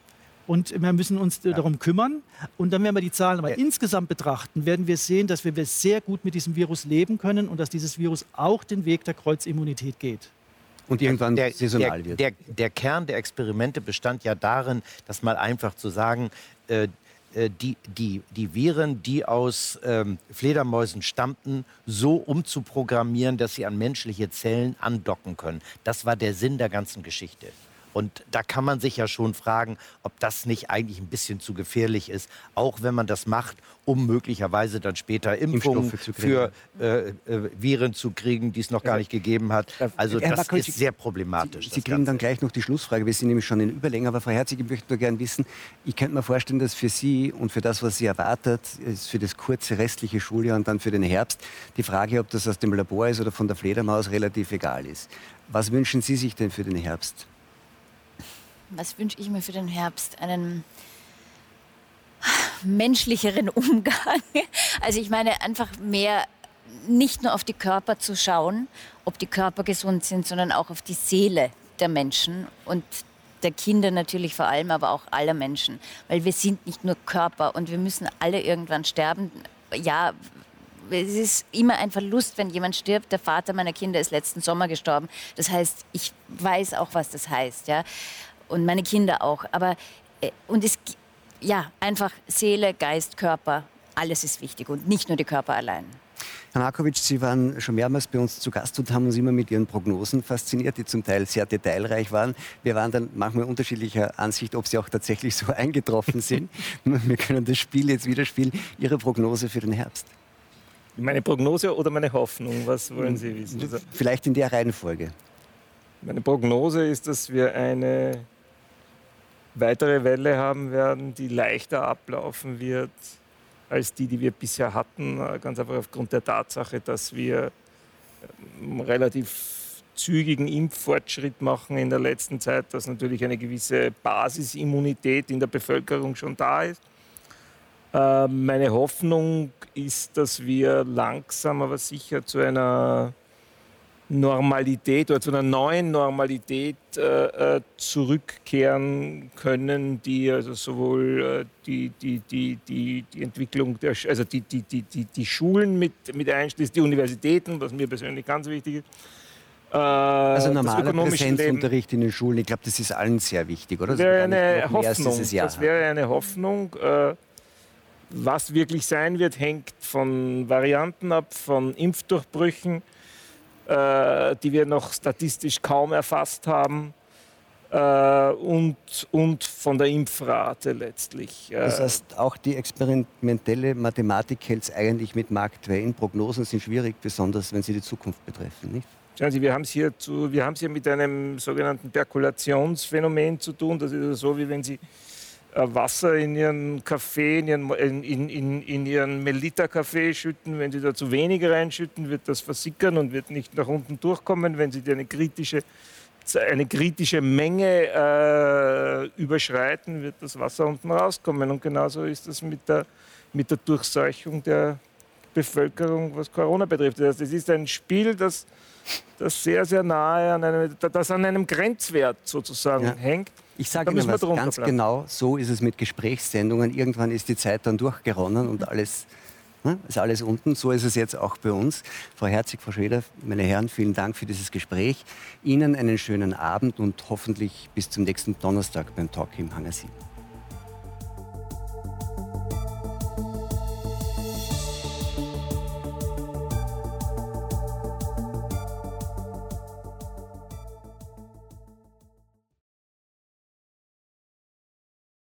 Und wir müssen uns ja. darum kümmern. Und dann, wenn wir die Zahlen aber ja. insgesamt betrachten, werden wir sehen, dass wir sehr gut mit diesem Virus leben können und dass dieses Virus auch den Weg der Kreuzimmunität geht. Und irgendwann der, saisonal der, wird. Der, der Kern der Experimente bestand ja darin, das mal einfach zu sagen, äh, Die, die, die Viren, die aus ähm, Fledermäusen stammten, so umzuprogrammieren, dass sie an menschliche Zellen andocken können. Das war der Sinn der ganzen Geschichte. Und da kann man sich ja schon fragen, ob das nicht eigentlich ein bisschen zu gefährlich ist, auch wenn man das macht, um möglicherweise dann später Impfungen für äh, äh, Viren zu kriegen, die es noch gar nicht gegeben hat. Also das ist sehr problematisch. Sie, Sie kriegen dann gleich noch die Schlussfrage. Wir sind nämlich schon in Überlänge. Aber Frau Herzig, ich möchte nur gerne wissen, ich könnte mir vorstellen, dass für Sie und für das, was Sie erwartet, ist für das kurze restliche Schuljahr und dann für den Herbst, die Frage, ob das aus dem Labor ist oder von der Fledermaus, relativ egal ist. Was wünschen Sie sich denn für den Herbst? Was wünsche ich mir für den Herbst? Einen menschlicheren Umgang. Also ich meine, einfach mehr nicht nur auf die Körper zu schauen, ob die Körper gesund sind, sondern auch auf die Seele der Menschen und der Kinder natürlich vor allem, aber auch aller Menschen. Weil wir sind nicht nur Körper und wir müssen alle irgendwann sterben. Ja, es ist immer ein Verlust, wenn jemand stirbt. Der Vater meiner Kinder ist letzten Sommer gestorben. Das heißt, ich weiß auch, was das heißt, ja. Und meine Kinder auch. Aber äh, und es, ja, einfach Seele, Geist, Körper, alles ist wichtig und nicht nur die Körper allein. Herr Markovic, Sie waren schon mehrmals bei uns zu Gast und haben uns immer mit Ihren Prognosen fasziniert, die zum Teil sehr detailreich waren. Wir waren dann manchmal unterschiedlicher Ansicht, ob sie auch tatsächlich so eingetroffen sind. Wir können das Spiel jetzt wieder spielen. Ihre Prognose für den Herbst? Meine Prognose oder meine Hoffnung? Was wollen Sie wissen? Also, vielleicht in der Reihenfolge. Meine Prognose ist, dass wir eine weitere Welle haben werden, die leichter ablaufen wird als die, die wir bisher hatten. Ganz einfach aufgrund der Tatsache, dass wir einen relativ zügigen Impffortschritt machen in der letzten Zeit, dass natürlich eine gewisse Basisimmunität in der Bevölkerung schon da ist. Meine Hoffnung ist, dass wir langsam, aber sicher zu einer Normalität oder zu einer neuen Normalität äh, zurückkehren können, die also sowohl äh, die, die, die, die, die Entwicklung, der, also die, die, die, die, die Schulen mit, mit einschließt, die Universitäten, was mir persönlich ganz wichtig ist. Äh, also normaler Präsenzunterricht in den Schulen, ich glaube, das ist allen sehr wichtig, oder? Das wäre eine Hoffnung. Das wäre eine Hoffnung. Äh, was wirklich sein wird, hängt von Varianten ab, von Impfdurchbrüchen, die wir noch statistisch kaum erfasst haben, äh, und, und von der Impfrate letztlich. Das heißt, auch die experimentelle Mathematik hält es eigentlich mit Mark Twain. Prognosen sind schwierig, besonders wenn sie die Zukunft betreffen, nicht? Schauen Sie, wir haben es hier, zu, wir haben es hier mit einem sogenannten Perkulationsphänomen zu tun. Das ist so, wie wenn Sie Wasser in Ihren Kaffee, in Ihren, in, in, in Ihren Melita-Kaffee schütten. Wenn Sie da zu wenig reinschütten, wird das versickern und wird nicht nach unten durchkommen. Wenn Sie eine kritische, eine kritische Menge äh, überschreiten, wird das Wasser unten rauskommen. Und genauso ist das mit der, mit der Durchseuchung der Bevölkerung, was Corona betrifft. Das heißt, es ist ein Spiel, das, das sehr, sehr nahe an einem, das an einem Grenzwert sozusagen ja. hängt. Ich sage Ihnen was, ganz bleiben. Genau so ist es mit Gesprächssendungen. Irgendwann ist die Zeit dann durchgeronnen und alles, ne, ist alles unten. So ist es jetzt auch bei uns. Frau Herzig, Frau Schroeder, meine Herren, vielen Dank für dieses Gespräch. Ihnen einen schönen Abend und hoffentlich bis zum nächsten Donnerstag beim Talk im Hangar sieben.